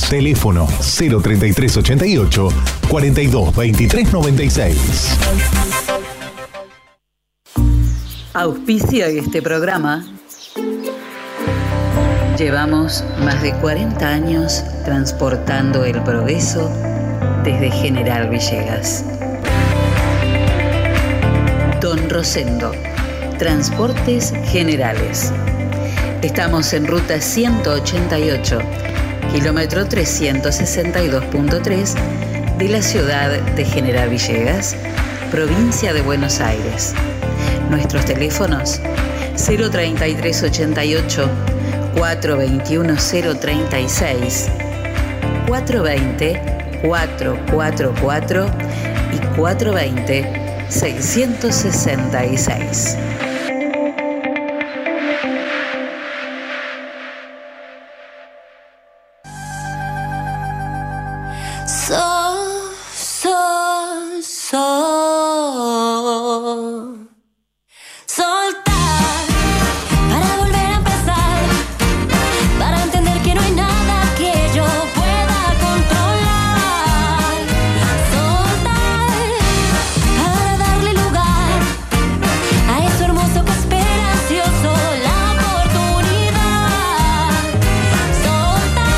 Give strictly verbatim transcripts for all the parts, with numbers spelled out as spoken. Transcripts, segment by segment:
Teléfono cero treinta y tres ochenta y ocho, cuarenta y dos veintitrés noventa y seis. Auspicia este programa. Llevamos más de cuarenta años transportando el progreso desde General Villegas. Don Rosendo, Transportes Generales. Estamos en ruta ciento ochenta y ocho, kilómetro trescientos sesenta y dos punto tres de la ciudad de General Villegas, provincia de Buenos Aires. Nuestros teléfonos cero treinta y tres ochenta y ocho, cuatrocientos veintiuno, cero treinta y seis, cuatrocientos veinte, cuatrocientos cuarenta y cuatro y cuatrocientos veinte, seiscientos sesenta y seis. So, so, so. Soltar para volver a empezar, para entender que no hay nada que yo pueda controlar. Soltar para darle lugar a eso hermoso que espera ansioso la oportunidad. Soltar.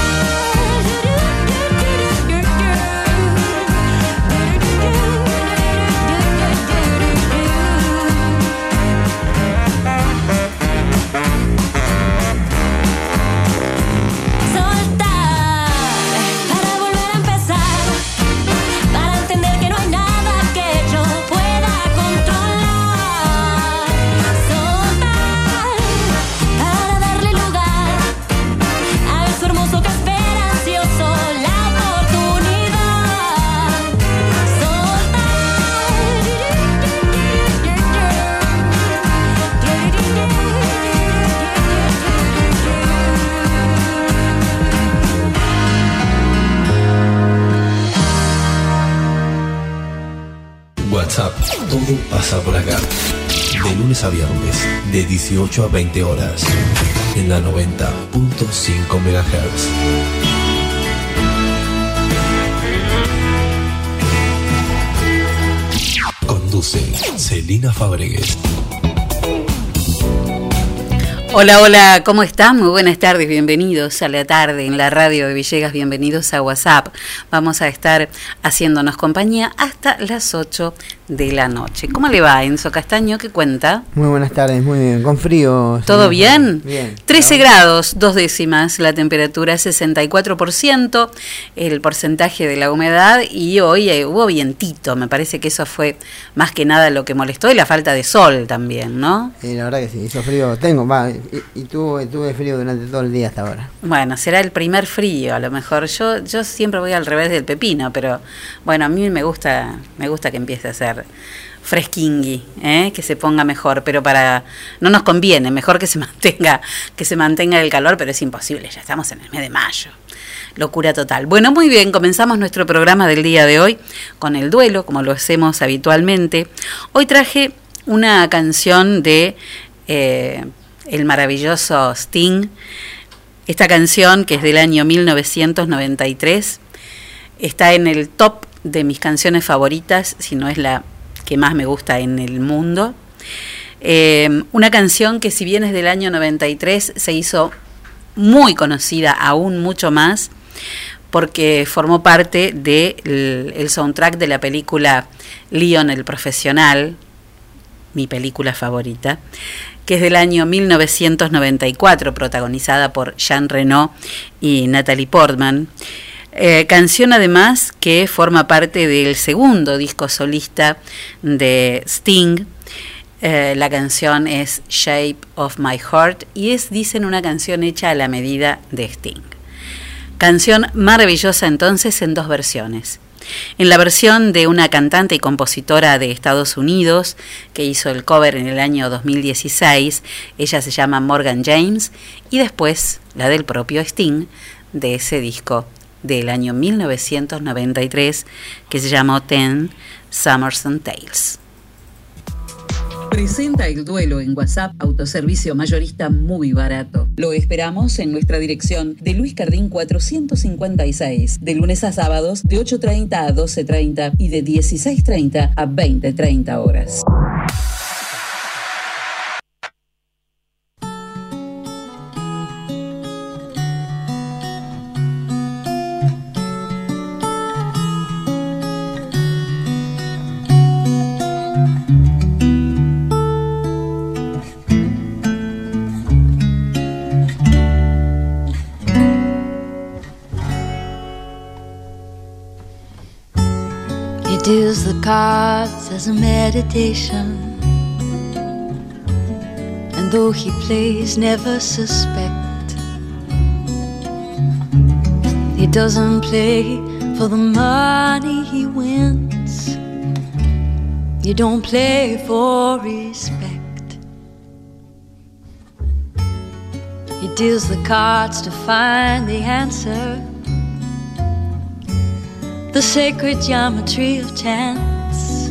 WhatsApp, todo pasa por acá. De lunes a viernes, de dieciocho a veinte horas, en la noventa punto cinco megahertz. Conduce Celina Fabregues. Hola, hola, ¿cómo están? Muy buenas tardes, bienvenidos a la tarde en la radio de Villegas, bienvenidos a WhatsApp. Vamos a estar haciéndonos compañía hasta las ocho de la noche. ¿Cómo le va, Enzo Castaño? ¿Qué cuenta? Muy buenas tardes, muy bien, con frío. ¿Todo bien? Bien. trece grados, dos décimas, la temperatura sesenta y cuatro por ciento, el porcentaje de la humedad y hoy eh, hubo vientito, me parece que eso fue más que nada lo que molestó y la falta de sol también, ¿no? Sí, la verdad que sí, hizo frío, tengo, va, y, y tuve, tuve frío durante todo el día hasta ahora. Bueno, será el primer frío a lo mejor, yo yo siempre voy al revés del pepino, pero bueno, a mí me gusta, me gusta que empiece a ser fresquingui, ¿eh? Que se ponga mejor, pero para no nos conviene, mejor que se mantenga, que se mantenga el calor, pero es imposible, ya estamos en el mes de mayo. Locura total. Bueno, muy bien, comenzamos nuestro programa del día de hoy con el duelo, como lo hacemos habitualmente. Hoy traje una canción de eh, el maravilloso Sting. Esta canción, que es del año mil novecientos noventa y tres, está en el top de mis canciones favoritas, si no es la que más me gusta en el mundo. Eh, una canción que, si bien es del año noventa y tres, se hizo muy conocida, aún mucho más, porque formó parte del el soundtrack de la película Leon el Profesional, mi película favorita, que es del año mil novecientos noventa y cuatro, protagonizada por Jean Reno y Natalie Portman. Eh, canción además que forma parte del segundo disco solista de Sting. Eh, la canción es Shape of My Heart y es, dicen, una canción hecha a la medida de Sting. Canción maravillosa entonces en dos versiones. En la versión de una cantante y compositora de Estados Unidos que hizo el cover en el año dos mil dieciséis, ella se llama Morgan James, y después la del propio Sting de ese disco del año mil novecientos noventa y tres que se llamó Ten Summers and Tales. Presenta el duelo en WhatsApp, autoservicio mayorista muy barato. Lo esperamos en nuestra dirección de Luis Cardín cuatrocientos cincuenta y seis, de lunes a sábados de ocho treinta a doce treinta y de dieciséis treinta a veinte treinta horas. Deals the cards as a meditation, and though he plays, never suspect. He doesn't play for the money he wins. You don't play for respect. He deals the cards to find the answer, the sacred geometry of chance,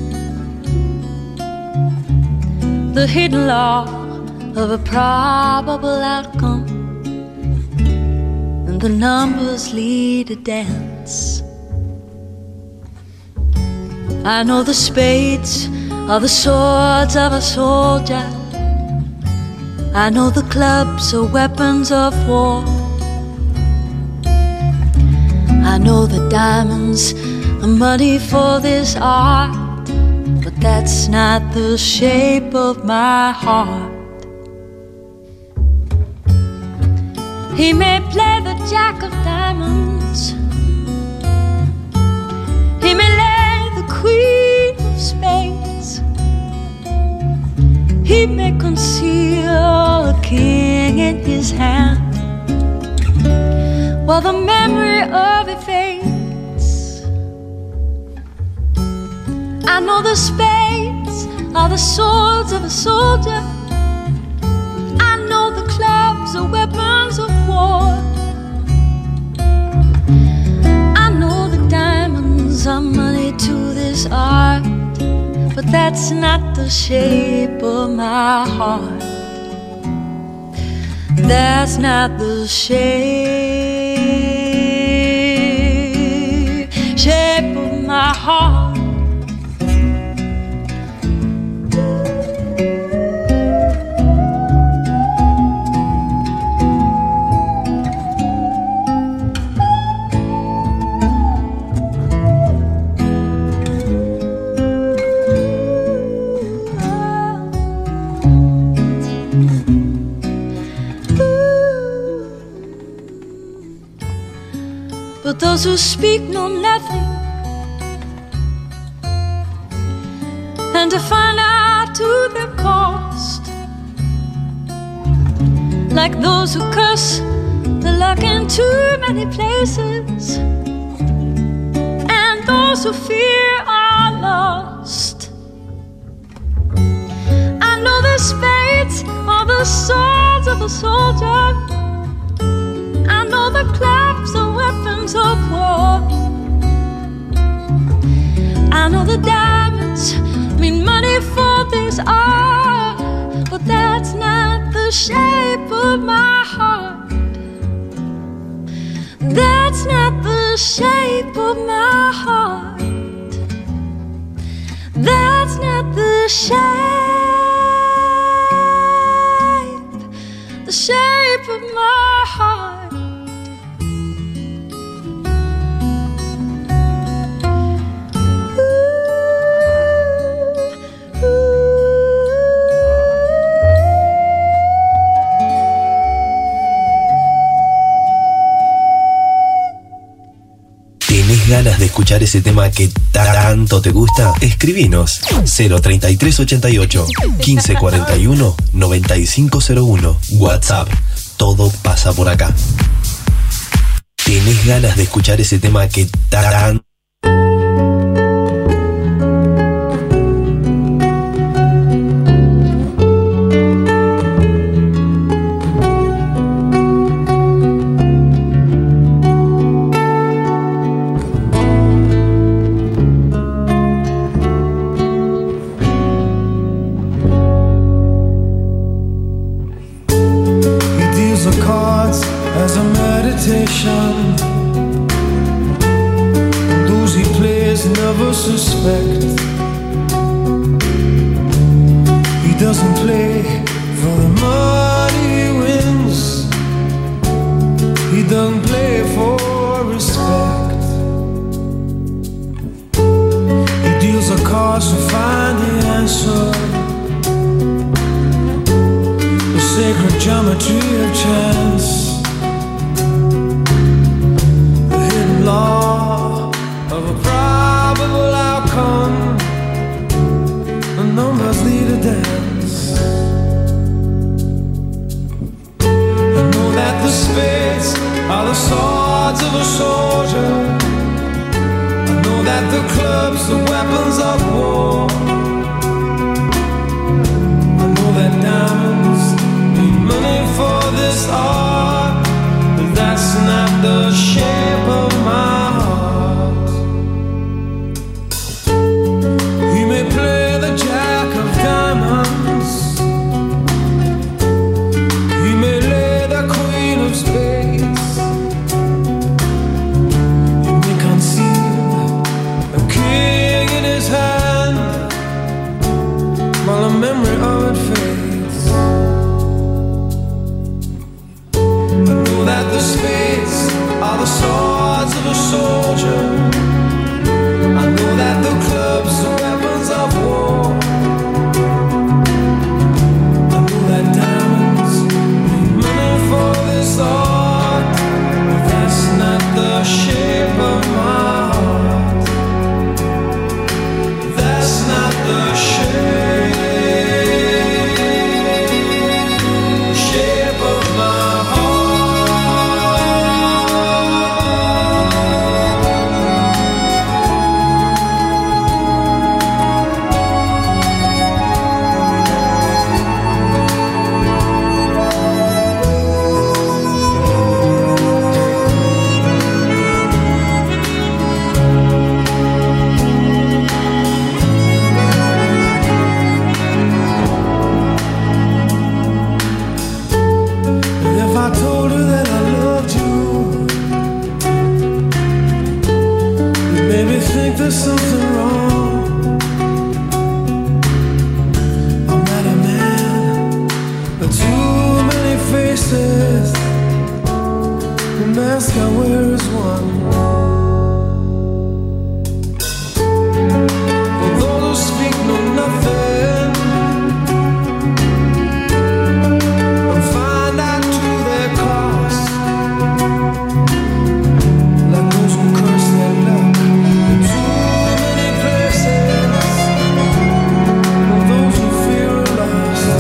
the hidden law of a probable outcome, and the numbers lead a dance. I know the spades are the swords of a soldier. I know the clubs are weapons of war. I know the diamonds are money for this art, but that's not the shape of my heart. He may play the jack of diamonds, he may lay the queen of spades, he may conceal a king in his hand, while the memory of it fades. I know the spades are the swords of a soldier. I know the clubs are weapons of war. I know the diamonds are money to this art, but that's not the shape of my heart. That's not the shape, shape of my heart. But those who speak know nothing, and to find out to their cost, like those who curse the luck in too many places, and those who fear are lost. I know the spades are the swords of a soldier. I know the clubs are weapons of war. I know the diamonds mean money for this art, but that's not the shape of my heart. That's not the shape of my heart. That's not the shape, the shape of my heart. ¿Ganas de escuchar ese tema que tanto te gusta? Escribinos cero treinta y tres ochenta y ocho quince cuarenta y uno noventa y cinco cero uno. WhatsApp, todo pasa por acá. ¿Tenés ganas de escuchar ese tema que tanto players never suspect. He doesn't play for the money he wins. He doesn't play for respect. He deals the cards to find the answer. The sacred geometry of chance. Law of a probable outcome. The numbers lead a dance. I know that the spades are the swords of a soldier. I know that the clubs are weapons of war. I know that diamonds need money for this art, but that's not the shape of my heart. He may play the jack of diamonds. He may lay the queen of spades. He may conceal a king in his hand while the memory of it fades. I know that the spades are the swords of a soldier. I know that the clubs are weapons of war. I know that diamonds need money for this art, but that's not the shape of my heart. That's not the shape, shape of my heart. If I told her that I loved you, you made me think there's something wrong. I'm not a man, but too many faces. The mask I wear is one. For those who speak know nothing and find out to their cost, like those who curse their luck in too many places, or those who fear are lost.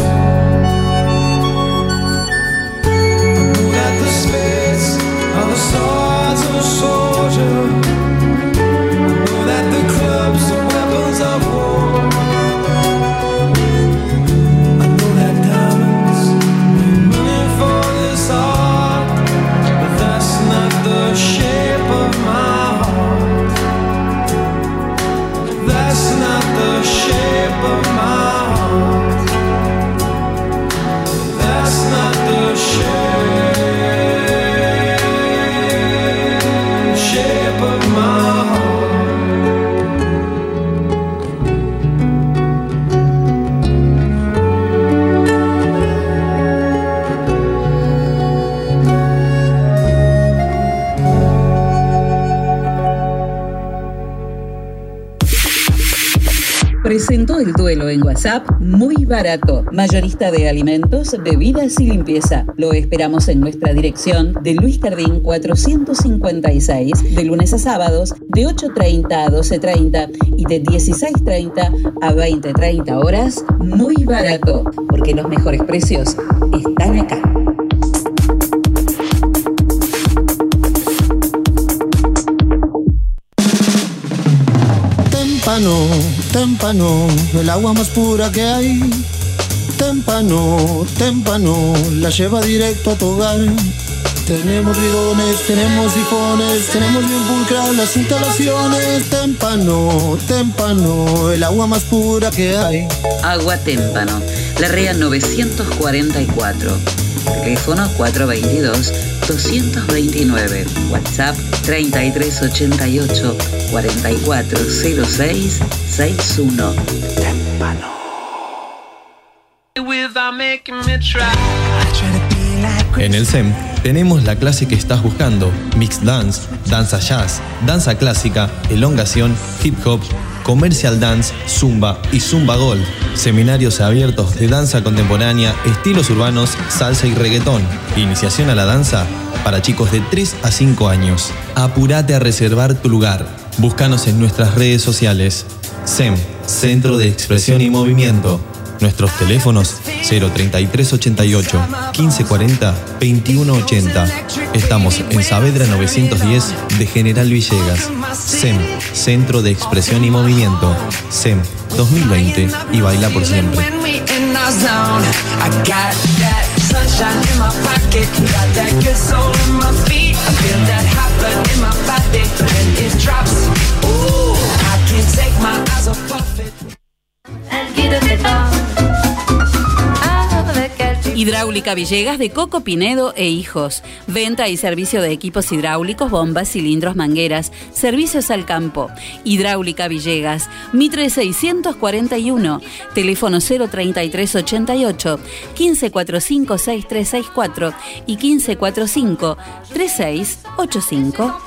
I know that the spades are the swords of a soldier. I know that the clubs are weapons of war. I know that diamonds need money for this art, but that's not the shape of my heart. That's not the shape of my heart. That's not the shape, shape of my heart. Presentó el duelo en WhatsApp Muy Barato, mayorista de alimentos, bebidas y limpieza. Lo esperamos en nuestra dirección de Luis Jardín cuatrocientos cincuenta y seis, de lunes a sábados de ocho treinta a doce treinta y de dieciséis treinta a veinte treinta horas. Muy Barato, porque los mejores precios están acá. Témpano, témpano, el agua más pura que hay. Témpano, témpano, la lleva directo a tu hogar. Tenemos bidones, tenemos sifones, tenemos bien pulcras las instalaciones. Témpano, témpano, el agua más pura que hay. Agua Témpano, Larrea novecientos cuarenta y cuatro. Teléfono cuatro veintidós, doscientos veintinueve. WhatsApp treinta y tres ochenta y ocho, cuarenta y cuatro cero seis sesenta y uno. Témpano. En el S E M tenemos la clase que estás buscando: Mixed Dance, Danza Jazz, Danza Clásica, Elongación, Hip Hop, Commercial Dance, Zumba y Zumba Gold. Seminarios abiertos de danza contemporánea, estilos urbanos, salsa y reggaetón. Iniciación a la danza para chicos de tres a cinco años. Apúrate a reservar tu lugar. Búscanos en nuestras redes sociales. S E M, Centro de Expresión y Movimiento. Nuestros teléfonos cero treinta y tres ochenta y ocho, quince cuarenta, veintiuno ochenta. Estamos en Saavedra novecientos diez de General Villegas. S E M, Centro de Expresión y Movimiento. S E M dos mil veinte y baila por siempre. Hidráulica Villegas de Coco Pinedo e Hijos. Venta y servicio de equipos hidráulicos, bombas, cilindros, mangueras. Servicios al campo. Hidráulica Villegas. Mitre seiscientos cuarenta y uno. Teléfono cero treinta y tres ochenta y ocho, quince cuarenta y cinco, sesenta y tres sesenta y cuatro y quince cuarenta y cinco, treinta y seis ochenta y cinco.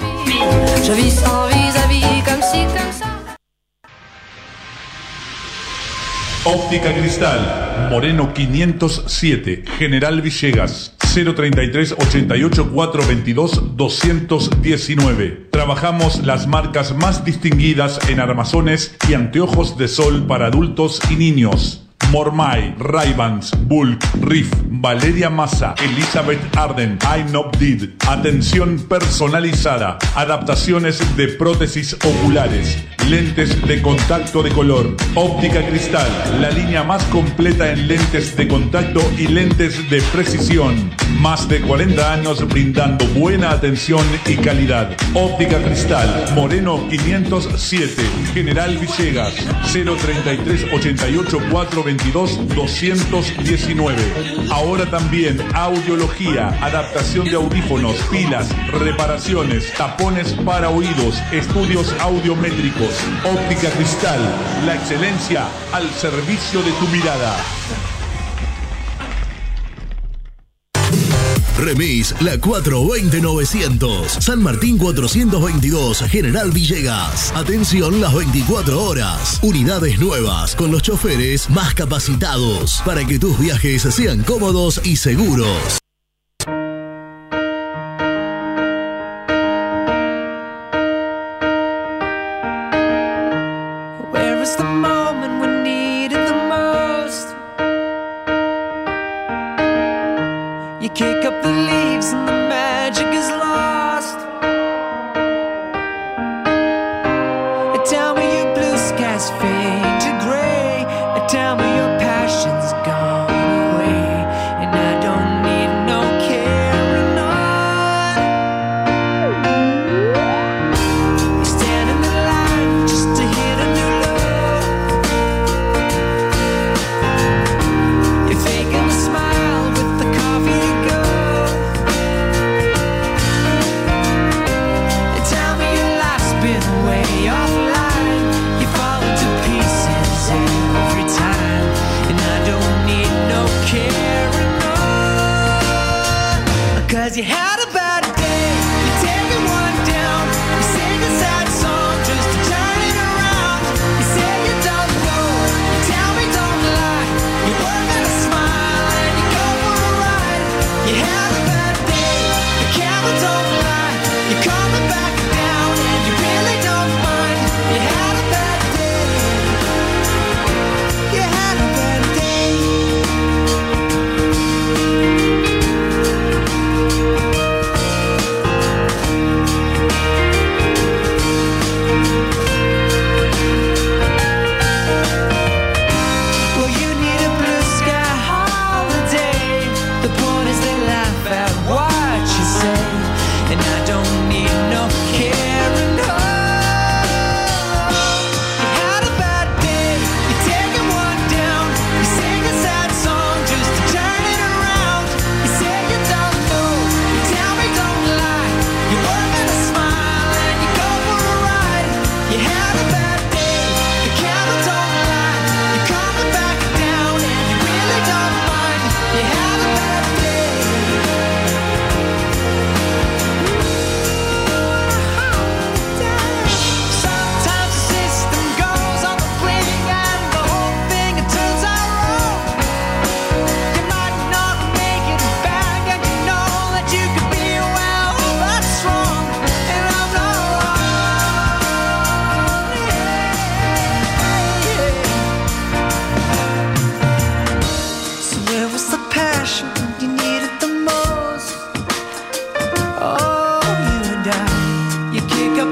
Óptica Cristal, Moreno quinientos siete, General Villegas, cero treinta y tres ochenta y ocho, cuatrocientos veintidós, doscientos diecinueve. Trabajamos las marcas más distinguidas en armazones y anteojos de sol para adultos y niños. Mormai, Ray-Bans, Bulk, Riff, Valeria Massa, Elizabeth Arden, Ainobdid. Atención personalizada, adaptaciones de prótesis oculares, lentes de contacto de color. Óptica Cristal, la línea más completa en lentes de contacto y lentes de precisión. Más de cuarenta años brindando buena atención y calidad. Óptica Cristal, Moreno quinientos siete, General Villegas, cero treinta y tres ochenta y ocho, cuatrocientos veintidós, doscientos diecinueve. Ahora también audiología, adaptación de audífonos, pilas, reparaciones, tapones para oídos, estudios audiométricos. Óptica Cristal, la excelencia al servicio de tu mirada. Remis La cuatrocientos veinte novecientos, San Martín cuatrocientos veintidós, General Villegas. Atención las veinticuatro horas. Unidades nuevas con los choferes más capacitados para que tus viajes sean cómodos y seguros.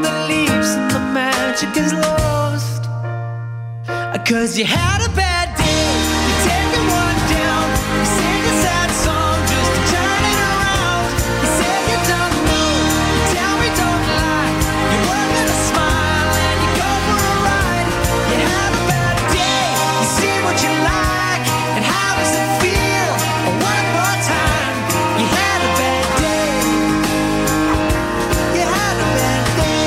the leaves and the magic is lost. Cause you had a bad day, you take it one down, you sing a sad song just to turn it around. You say you don't know, you tell me don't lie, you were gonna smile and you go for a ride. You had a bad day, you see what you like, and how does it feel? Oh, one more time, you had a bad day, you had a bad day.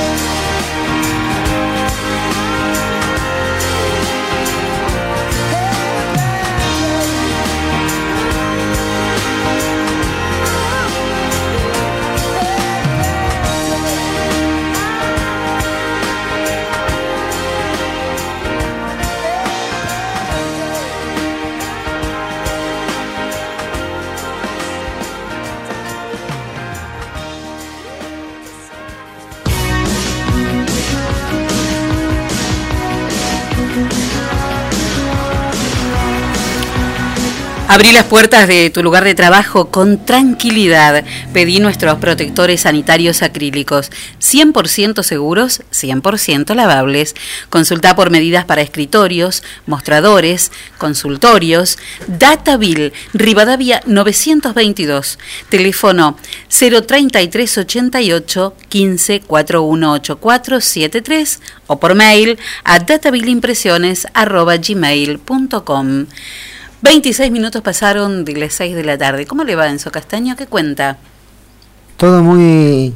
Abrí las puertas de tu lugar de trabajo con tranquilidad. Pedí nuestros protectores sanitarios acrílicos, cien por ciento seguros, cien por ciento lavables. Consulta por medidas para escritorios, mostradores, consultorios. Dataville, Rivadavia novecientos veintidós. Teléfono cero treinta y tres ochenta y ocho quince cuarenta y uno ochenta y cuatro setenta y tres o por mail a datavilleimpresiones arroba gmail punto com. veintiséis minutos pasaron de las seis de la tarde. ¿Cómo le va, Enzo Castaño? ¿Qué cuenta? Todo muy...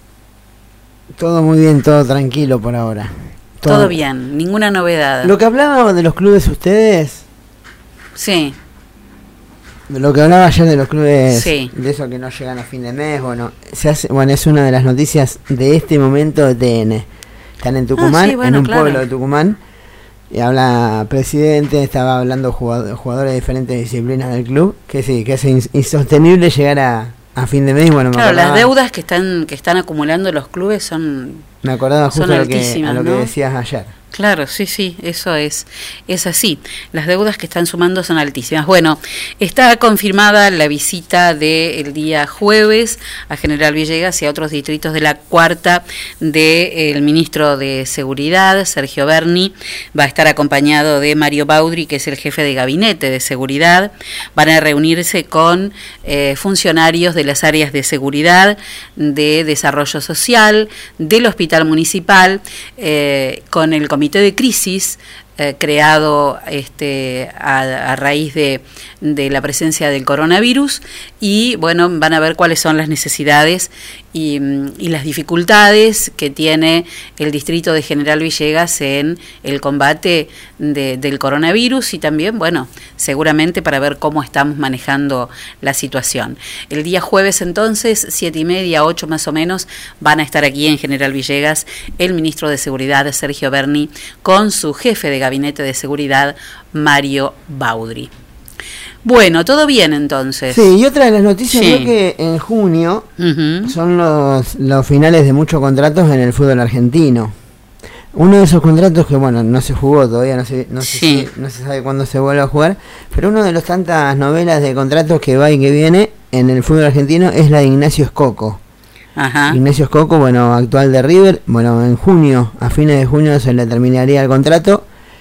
Todo muy bien, todo tranquilo por ahora. Todo, todo bien, ninguna novedad. Lo que hablaban de los clubes ustedes... Sí. De lo que hablaba ayer de los clubes, sí. De eso que no llegan a fin de mes, bueno, se hace, bueno, es una de las noticias de este momento de T N. Están en Tucumán, ah, sí, bueno, en un claro. pueblo de Tucumán. Y habla presidente, estaba hablando jugador, jugadores de diferentes disciplinas del club, que sí, que es insostenible llegar a, a fin de mes. Bueno, claro, me acordaba, las deudas que están que están acumulando los clubes son me acordaba justo son lo que, a lo ¿no? que decías ayer. Claro, sí, sí, eso es, es así. Las deudas que están sumando son altísimas. Bueno, está confirmada la visita del día jueves a General Villegas y a otros distritos de la cuarta del ministro de Seguridad, Sergio Berni. Va a estar acompañado de Mario Baudri, que es el jefe de gabinete de seguridad. Van a reunirse con eh, funcionarios de las áreas de seguridad, de desarrollo social, del hospital municipal, eh, con el comité de crisis eh, creado este, a, a raíz de, de la presencia del coronavirus y bueno, van a ver cuáles son las necesidades y, y las dificultades que tiene el distrito de General Villegas en el combate de, del coronavirus y también, bueno, seguramente para ver cómo estamos manejando la situación. El día jueves entonces, siete y media, ocho más o menos, van a estar aquí en General Villegas el ministro de Seguridad, Sergio Berni, con su jefe de gabinete de seguridad, Mario Baudri. Bueno, todo bien entonces. Sí, y otra de las noticias sí. creo que en junio uh-huh. son los, los finales de muchos contratos en el fútbol argentino. Uno de esos contratos que, bueno, no se jugó todavía, no se, no, sí. se, si, no se sabe cuándo se vuelve a jugar, pero uno de los tantas novelas de contratos que va y que viene en el fútbol argentino es la de Ignacio Escoco. Ajá. Ignacio Escoco, bueno, actual de River, bueno, en junio, a fines de junio se le terminaría el contrato.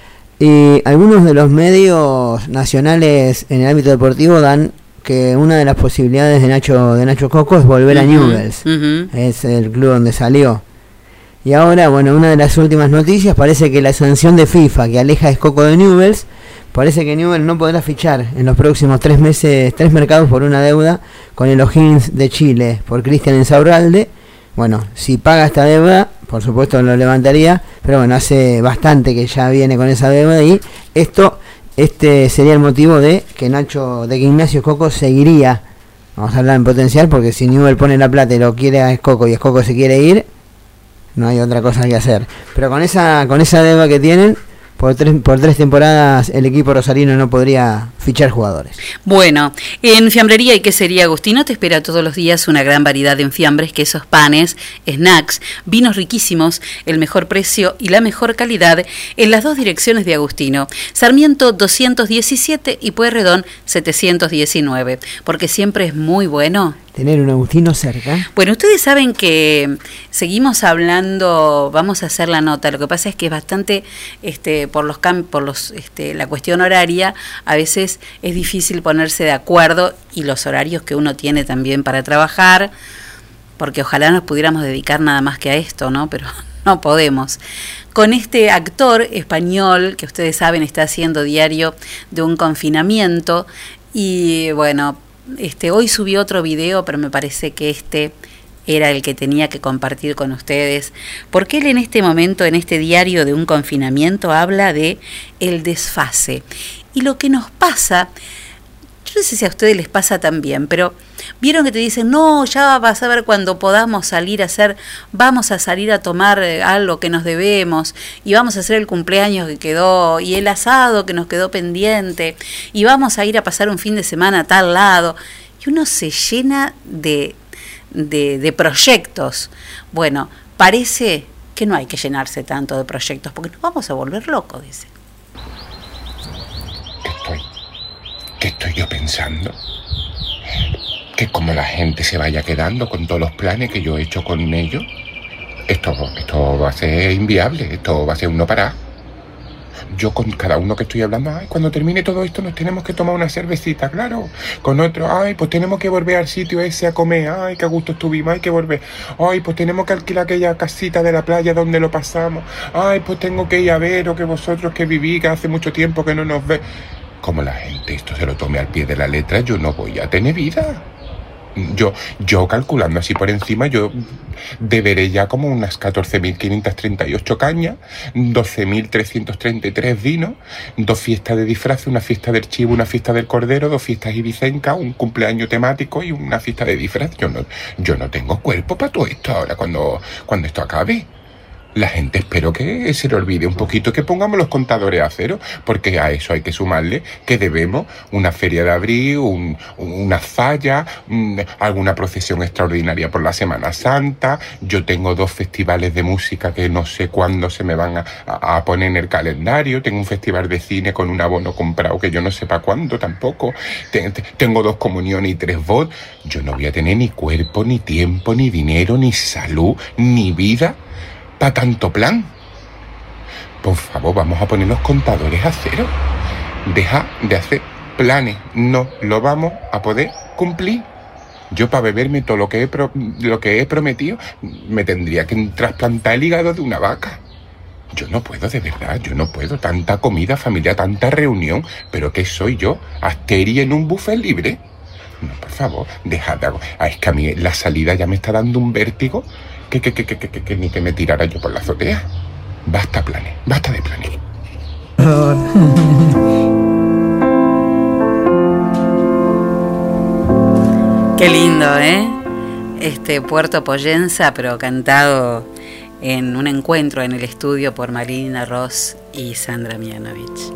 Y algunos de los medios nacionales en el ámbito deportivo dan que una de las posibilidades de Nacho de Nacho Coco es volver uh-huh, a Newell's, uh-huh. Es el club donde salió. Y ahora, bueno, una de las últimas noticias, parece que la sanción de FIFA que aleja a Escoco de Newell's, parece que Newell's no podrá fichar en los próximos tres meses, tres mercados por una deuda con el O'Higgins de Chile, por Cristian Insaurralde. Bueno, si paga esta deuda, por supuesto lo levantaría, pero bueno, hace bastante que ya viene con esa deuda y esto, este sería el motivo de que Nacho, de que Ignacio Escoco seguiría, vamos a hablar en potencial, porque si Newell's pone la plata y lo quiere a Escoco y Escoco se quiere ir, no hay otra cosa que hacer. Pero con esa, con esa deuda que tienen, por tres, por tres temporadas el equipo rosarino no podría fichar jugadores. Bueno, en Fiambrería y Quesería Agustino te espera todos los días una gran variedad de enfiambres, quesos, panes, snacks, vinos riquísimos, el mejor precio y la mejor calidad en las dos direcciones de Agustino, Sarmiento doscientos diecisiete y Pueyrredón setecientos diecinueve, porque siempre es muy bueno tener un agustino cerca. Bueno, ustedes saben que seguimos hablando, vamos a hacer la nota, lo que pasa es que es bastante, este, por los cam- por los, este, la cuestión horaria, a veces es difícil ponerse de acuerdo y los horarios que uno tiene también para trabajar, porque ojalá nos pudiéramos dedicar nada más que a esto, ¿no? Pero no podemos. Con este actor español que ustedes saben está haciendo diario de un confinamiento y bueno, Este, hoy subí otro video, pero me parece que este era el que tenía que compartir con ustedes, porque él en este momento, en este diario de un confinamiento, habla de el desfase. Y lo que nos pasa, yo no sé si a ustedes les pasa también, pero vieron que te dicen, no, ya vas a ver cuando podamos salir a hacer, vamos a salir a tomar algo que nos debemos, y vamos a hacer el cumpleaños que quedó, y el asado que nos quedó pendiente, y vamos a ir a pasar un fin de semana a tal lado, y uno se llena de, de, de proyectos. Bueno, parece que no hay que llenarse tanto de proyectos, porque nos vamos a volver locos, dice. Estoy, ¿Qué estoy yo pensando? Que como la gente se vaya quedando con todos los planes que yo he hecho con ellos, esto, esto va a ser inviable, esto va a ser un no parar. Yo con cada uno que estoy hablando, ay, cuando termine todo esto nos tenemos que tomar una cervecita, claro. Con otro, ay, pues tenemos que volver al sitio ese a comer, ay, qué a gusto estuvimos, hay que volver. Ay, pues tenemos que alquilar aquella casita de la playa donde lo pasamos. Ay, pues tengo que ir a ver, o que vosotros que vivís, que hace mucho tiempo que no nos ve. Como la gente esto se lo tome al pie de la letra, yo no voy a tener vida. Yo, yo calculando así por encima, yo deberé ya como unas catorce mil quinientas treinta y ocho cañas, doce mil trescientos treinta y tres vinos, dos fiestas de disfraz, una fiesta del chivo, una fiesta del cordero, dos fiestas ibicencas, un cumpleaños temático y una fiesta de disfraz. Yo no, yo no tengo cuerpo para todo esto ahora cuando, cuando esto acabe. La gente espero que se le olvide un poquito, que pongamos los contadores a cero, porque a eso hay que sumarle que debemos una feria de abril, un, una falla, un, alguna procesión extraordinaria por la Semana Santa. Yo tengo dos festivales de música que no sé cuándo se me van a, a, a poner en el calendario. Tengo un festival de cine con un abono comprado que yo no sé para cuándo tampoco. Ten, tengo dos comuniones y tres bodas. Yo no voy a tener ni cuerpo, ni tiempo, ni dinero, ni salud, ni vida para tanto plan. Por favor, vamos a poner los contadores a cero. Deja de hacer planes, no lo vamos a poder cumplir. Yo para beberme todo lo que he, pro, lo que he prometido me tendría que trasplantar el hígado de una vaca. Yo no puedo, de verdad, yo no puedo. Tanta comida familiar, tanta reunión. ¿Pero qué soy yo? ¿Asteria en un buffet libre? No, por favor, dejad de... Ah, es que a mí la salida ya me está dando un vértigo que, que, que, que, que, que, que ni que me tirara yo por la azotea. Basta planes, basta de planes. Qué lindo, ¿eh? Este Puerto Poyensa, pero cantado en un encuentro en el estudio por Marina Ross y Sandra Mianovich.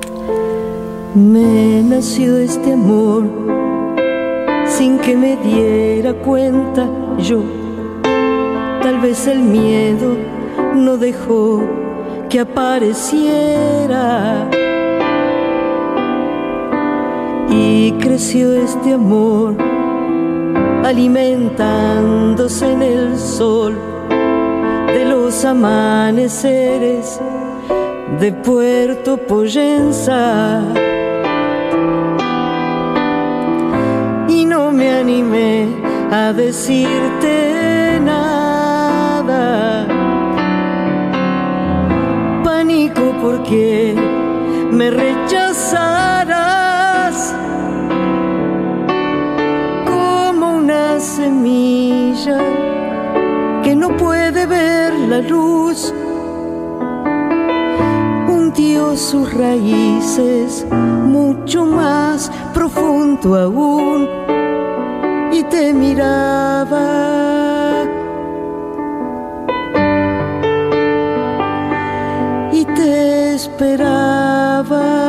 Me nació este amor sin que me diera cuenta yo. Tal vez el miedo no dejó que apareciera. Y creció este amor alimentándose en el sol de los amaneceres de Puerto Poyensa. Y no me animé a decirte nada. Pánico porque me rechazarás como una semilla que no puede ver la luz. Hundió sus raíces mucho más profundo aún y te miraba y te esperaba.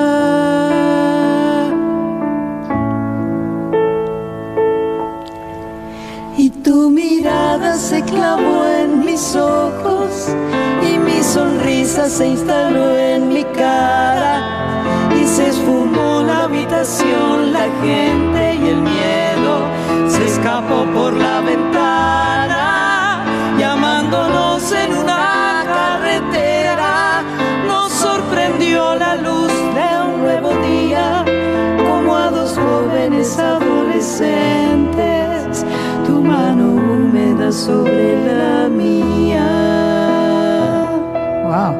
Y tu mirada se clavó en mis ojos y mi sonrisa se instaló en mi cara y se esfumó la habitación, la gente y el miedo se escapó. escapó por la ventana, llamándonos en una carretera. Nos sorprendió la luz de un nuevo día, como a dos jóvenes adolescentes, tu mano húmeda sobre la mía. Wow.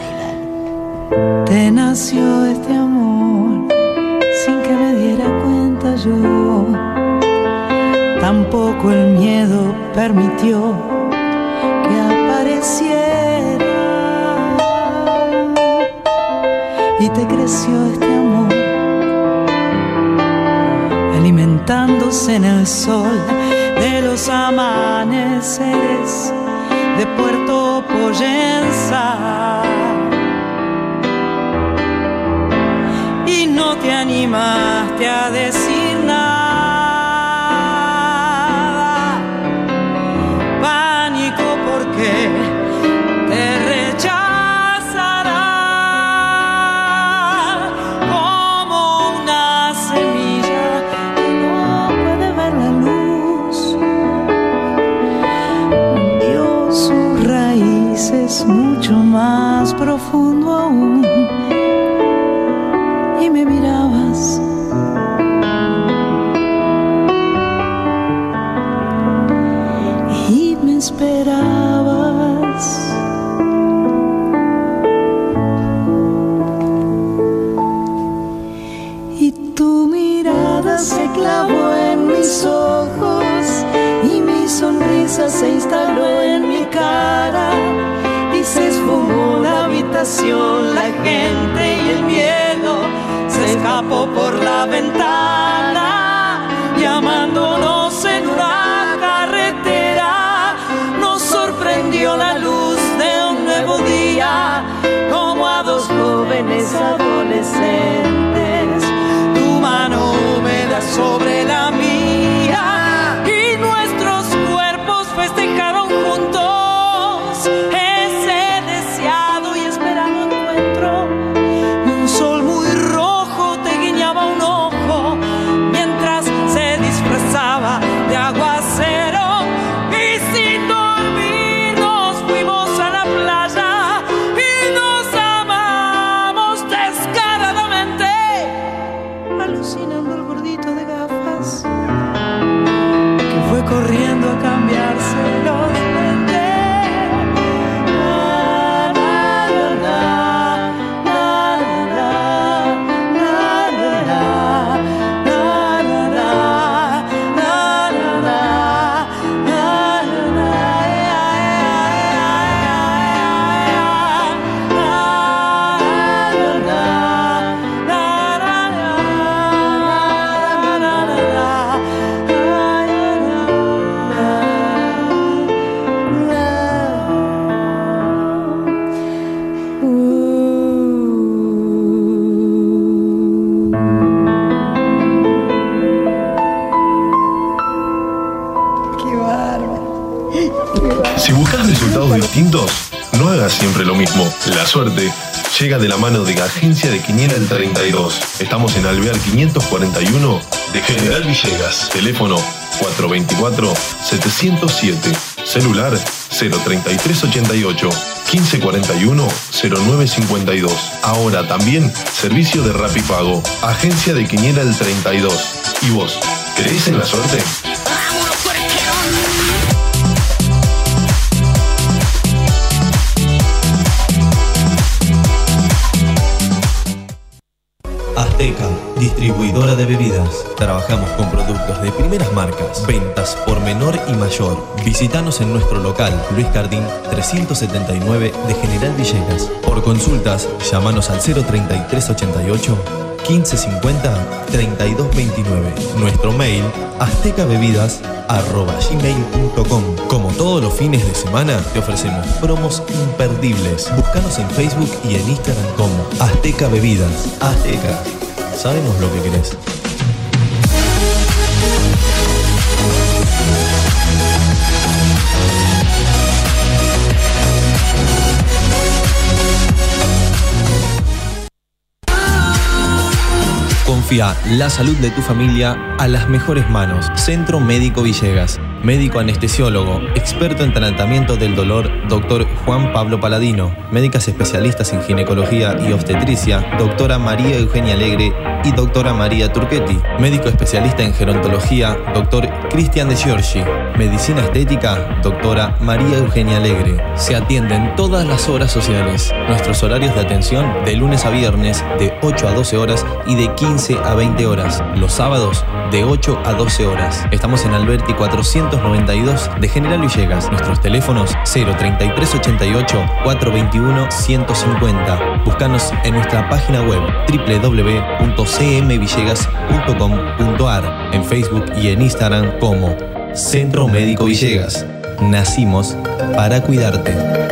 Te nació este amor sin que me diera cuenta yo. Tampoco el miedo permitió que apareciera. Y te creció este amor, alimentándose en el sol de los amaneceres de Puerto Poyensa. Y no te animaste a decir nada, pánico porque te rechazará como una semilla que no puede ver la luz. Hundió sus raíces mucho más profundo aún. Y me mirabas y me esperabas. Y tu mirada se clavó en mis ojos y mi sonrisa se instaló en mi cara. Y se esfumó la habitación, la gente y el miedo. Se escapó por la ventana, llamándonos en una carretera. Nos sorprendió la luz de un nuevo día, como a dos jóvenes adolescentes. Tu mano húmeda sobre la mía y nuestros cuerpos festejaron juntos ese deseado y esperado encuentro. Un sol muy rojo te guiñaba un ojo mientras se disfrazaba de aguacero. Y sin dormir nos fuimos a la playa y nos amamos descaradamente, alucinando el gordito de gafas que fue corriendo a cambiarse los lentes. Si buscas resultados distintos, no hagas siempre lo mismo. La suerte llega de la mano de Agencia de Quiniela el treinta y dos. Estamos en Alvear quinientos cuarenta y uno de General Villegas. Teléfono cuatro dos cuatro, siete cero siete. Celular cero treinta y tres ochenta y ocho, quince cuarenta y uno, cero nueve cincuenta y dos. Ahora también servicio de Rapipago. Agencia de Quiniela el treinta y dos. ¿Y vos, creés en la suerte? Azteca, distribuidora de bebidas. Trabajamos con productos de primeras marcas, ventas por menor y mayor. Visítanos en nuestro local, Luis Cardín trescientos setenta y nueve de General Villegas. Por consultas, llámanos al cero treinta y tres ochenta y ocho, quince cincuenta, treinta y dos veintinueve. Nuestro mail, aztecabebidas arroba gmail punto com. Como todos los fines de semana, te ofrecemos promos imperdibles. Búscanos en Facebook y en Instagram como Azteca Bebidas. Azteca, sabemos lo que querés. Confía la salud de tu familia a las mejores manos. Centro Médico Villegas. Médico anestesiólogo, experto en tratamiento del dolor, doctor Juan Pablo Paladino. Médicas especialistas en ginecología y obstetricia, doctora María Eugenia Alegre y doctora María Turchetti. Médico especialista en gerontología, doctor Cristian de Giorgi. Medicina estética, doctora María Eugenia Alegre. Se atienden todas las horas sociales. Nuestros horarios de atención de lunes a viernes de ocho a doce horas y de quince a veinte horas. Los sábados de ocho a doce horas. Estamos en Alberti cuatrocientos noventa y dos de General Villegas. Nuestros teléfonos cero treinta y tres ochenta y ocho, cuatrocientos veintiuno, ciento cincuenta. Búscanos en nuestra página web doble u doble u doble u punto c m villegas punto com punto a r, en Facebook y en Instagram como Centro Médico Villegas. Nacimos para cuidarte.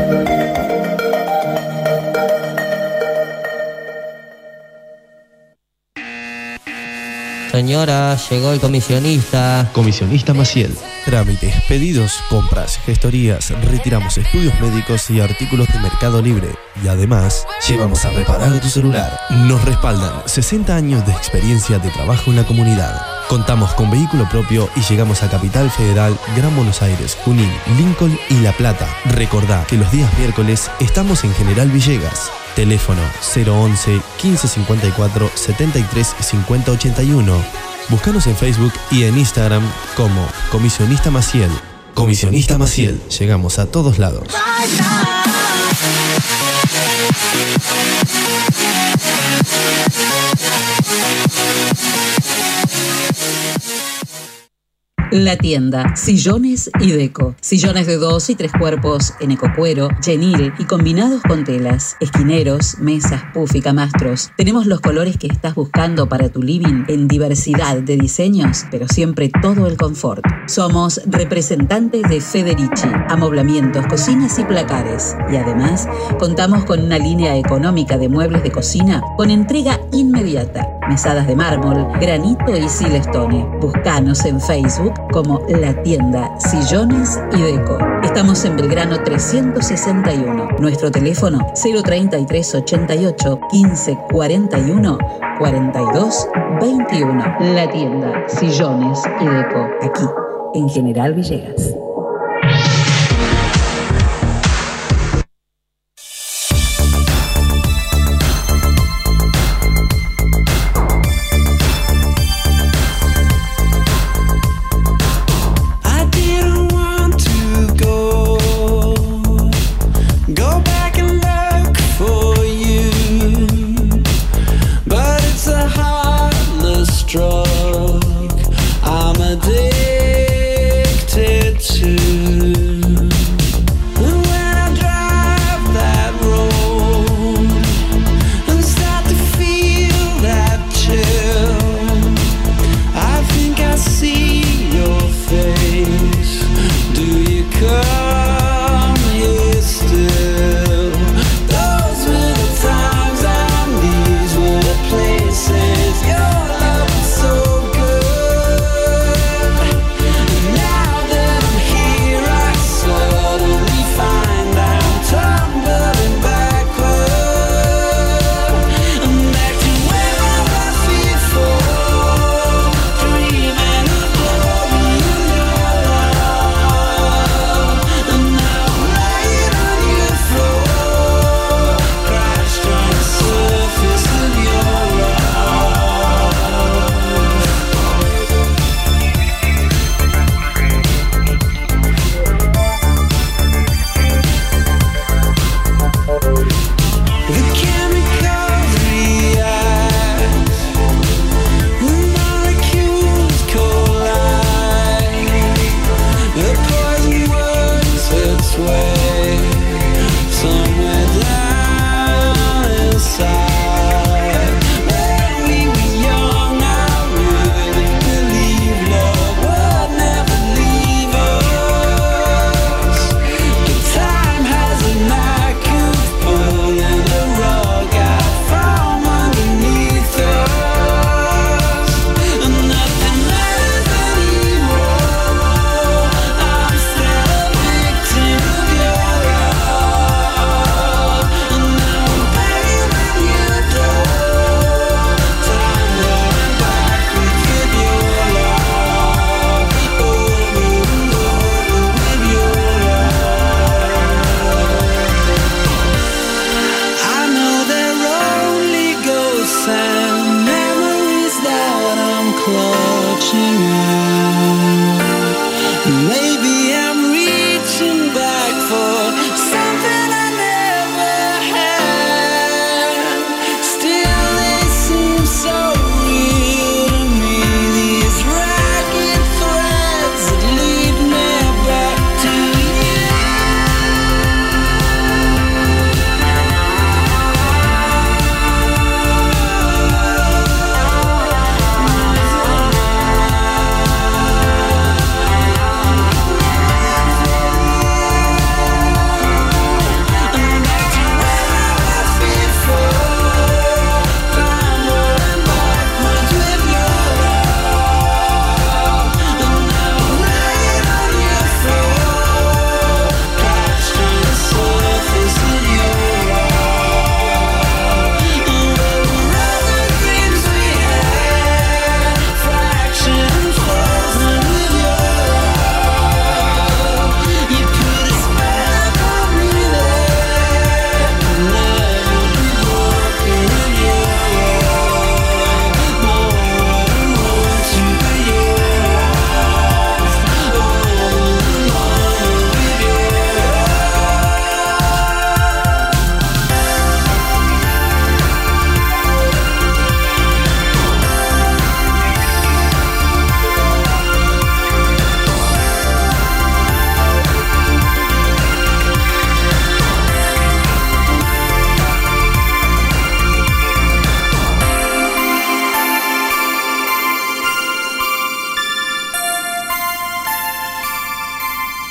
Señora, llegó el comisionista. Comisionista Maciel. Trámites, pedidos, compras, gestorías, retiramos estudios médicos y artículos de Mercado Libre. Y además, llevamos a reparar tu celular. Nos respaldan sesenta años de experiencia de trabajo en la comunidad. Contamos con vehículo propio y llegamos a Capital Federal, Gran Buenos Aires, Junín, Lincoln y La Plata. Recordá que los días miércoles estamos en General Villegas. Teléfono cero once, quince cincuenta y cuatro, setenta y tres, cincuenta ochenta y uno. Búscanos en Facebook y en Instagram como Comisionista Maciel. Comisionista Maciel. Llegamos a todos lados. La Tienda, sillones y deco. Sillones de dos y tres cuerpos en ecocuero, chenil y combinados con telas. Esquineros, mesas, puff y camastros. Tenemos los colores que estás buscando para tu living en diversidad de diseños, pero siempre todo el confort. Somos representantes de Federici, amoblamientos, cocinas y placares. Y además, contamos con una línea económica de muebles de cocina con entrega inmediata. Mesadas de mármol, granito y silestone. Búscanos en Facebook como La Tienda, sillones y deco. Estamos en Belgrano trescientos sesenta y uno. Nuestro teléfono cero treinta y tres ochenta y ocho, quince cuarenta y uno, cuarenta y dos veintiuno. La Tienda, sillones y deco. Aquí, en General Villegas. I'm addicted to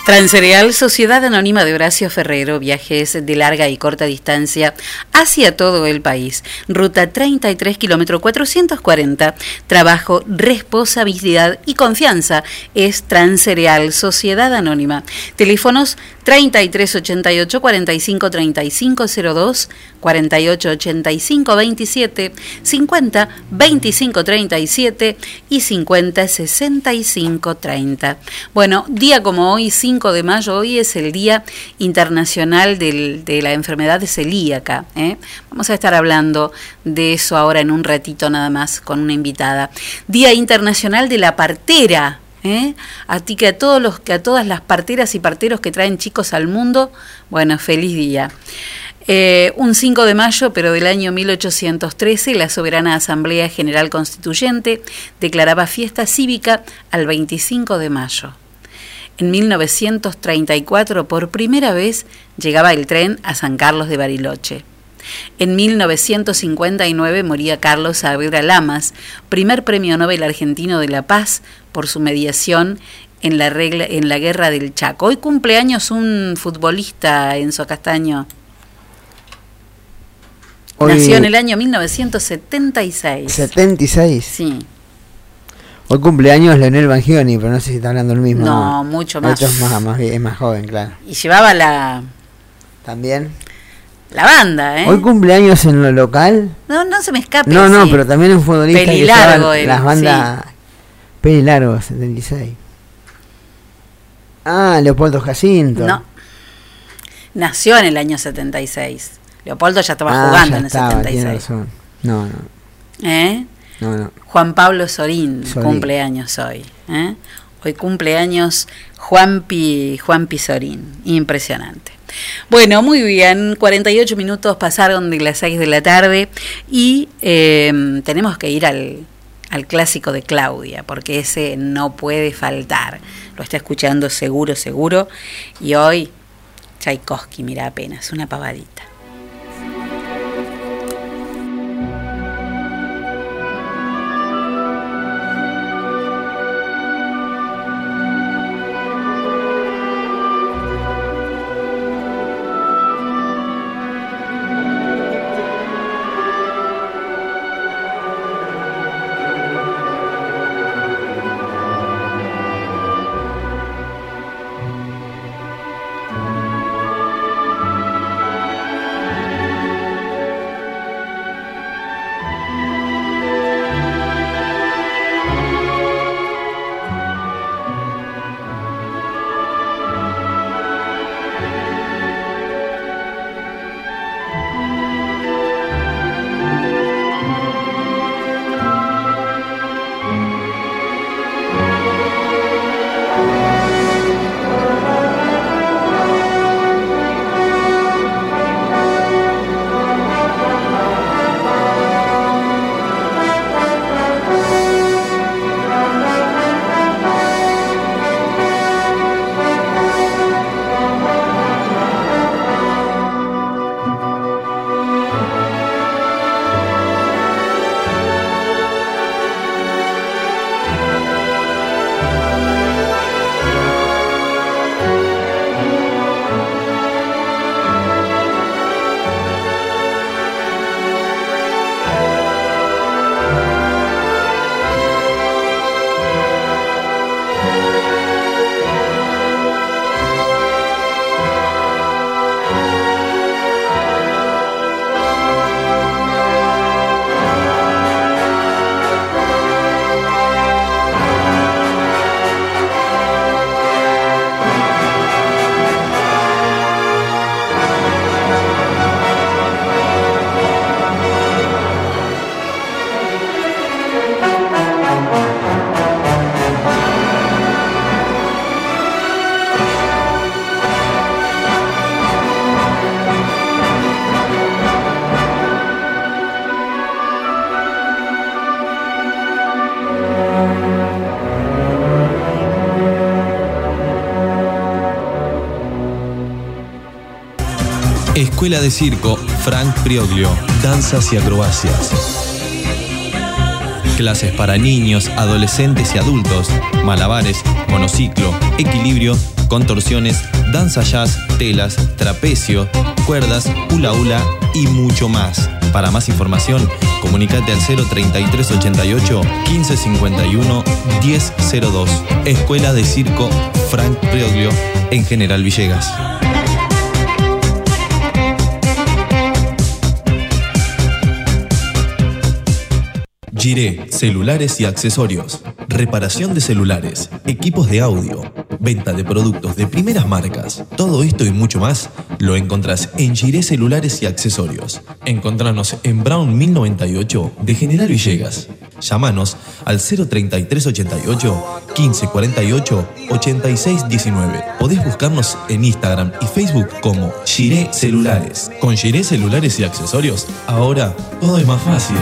Transcereal, Sociedad Anónima de Horacio Ferrero, viajes de larga y corta distancia hacia todo el país. Ruta treinta y tres, kilómetro cuatrocientos cuarenta. Trabajo, responsabilidad y confianza. Es Transcereal, Sociedad Anónima. Teléfonos treinta y tres ochenta y ocho, cuarenta y cinco treinta y cinco cero dos, cuarenta y ocho ochenta y cinco veintisiete, cincuenta veinticinco treinta y siete y cincuenta sesenta y cinco treinta. Bueno, día como hoy, cinco de mayo, hoy es el Día Internacional del, de la Enfermedad Celíaca, ¿eh? Vamos a estar hablando de eso ahora en un ratito nada más con una invitada. Día Internacional de la Partera. ¿Eh? A ti que a todos los que a todas las parteras y parteros que traen chicos al mundo, bueno, feliz día. Eh, un cinco de mayo, pero del año mil ochocientos trece, la Soberana Asamblea General Constituyente declaraba fiesta cívica al veinticinco de mayo. En mil novecientos treinta y cuatro, por primera vez, llegaba el tren a San Carlos de Bariloche. En mil novecientos cincuenta y nueve moría Carlos Saavedra Lamas, primer premio Nobel argentino de la paz por su mediación en la, regla, en la guerra del Chaco. Hoy cumpleaños un futbolista, Enzo Castaño. Hoy nació en el año mil novecientos setenta y seis. ¿setenta y seis? Sí. Hoy cumpleaños Leonel Bangioni, pero no sé si está hablando el mismo. No, mucho más. Otro es más, más, es más joven, claro. Y llevaba la... ¿También? La banda, ¿eh? Hoy cumpleaños en lo local. No, no se me escape. No, no, sí. pero también un futbolista Pelilargo que él, las bandas. Sí. Pelilargo, setenta y seis. Ah, Leopoldo Jacinto. No. Nació en el año setenta y seis. Leopoldo ya estaba ah, jugando ya en el estaba, setenta y seis. Tiene razón. No, no. ¿Eh? No, no. Juan Pablo Sorín, Sorín. cumpleaños hoy. ¿eh? Hoy cumpleaños Juanpi, Juanpi Sorín. Impresionante. Bueno, muy bien, cuarenta y ocho minutos pasaron de las seis de la tarde y eh, tenemos que ir al, al clásico de Claudia, porque ese no puede faltar. Lo está escuchando seguro, seguro. Y hoy, Tchaikovsky, mira, apenas, una pavadita. Escuela de Circo Frank Prioglio, danzas y acrobacias. Clases para niños, adolescentes y adultos, malabares, monociclo, equilibrio contorsiones, danza jazz, telas, trapecio, cuerdas, hula hula y mucho más. Para más información, comunicate al cero treinta y tres ochenta y ocho quince cincuenta y uno diez cero dos. Escuela de Circo Frank Prioglio en General Villegas. Giré, celulares y accesorios, reparación de celulares, equipos de audio, venta de productos de primeras marcas. Todo esto y mucho más lo encontrás en Giré Celulares y Accesorios. Encontranos en Brown mil noventa y ocho de General Villegas. Llámanos al cero treinta y tres ochenta y ocho quince cuarenta y ocho ochenta y seis diecinueve. Podés buscarnos en Instagram y Facebook como Giré Celulares. Con Giré Celulares y Accesorios, ahora todo es más fácil.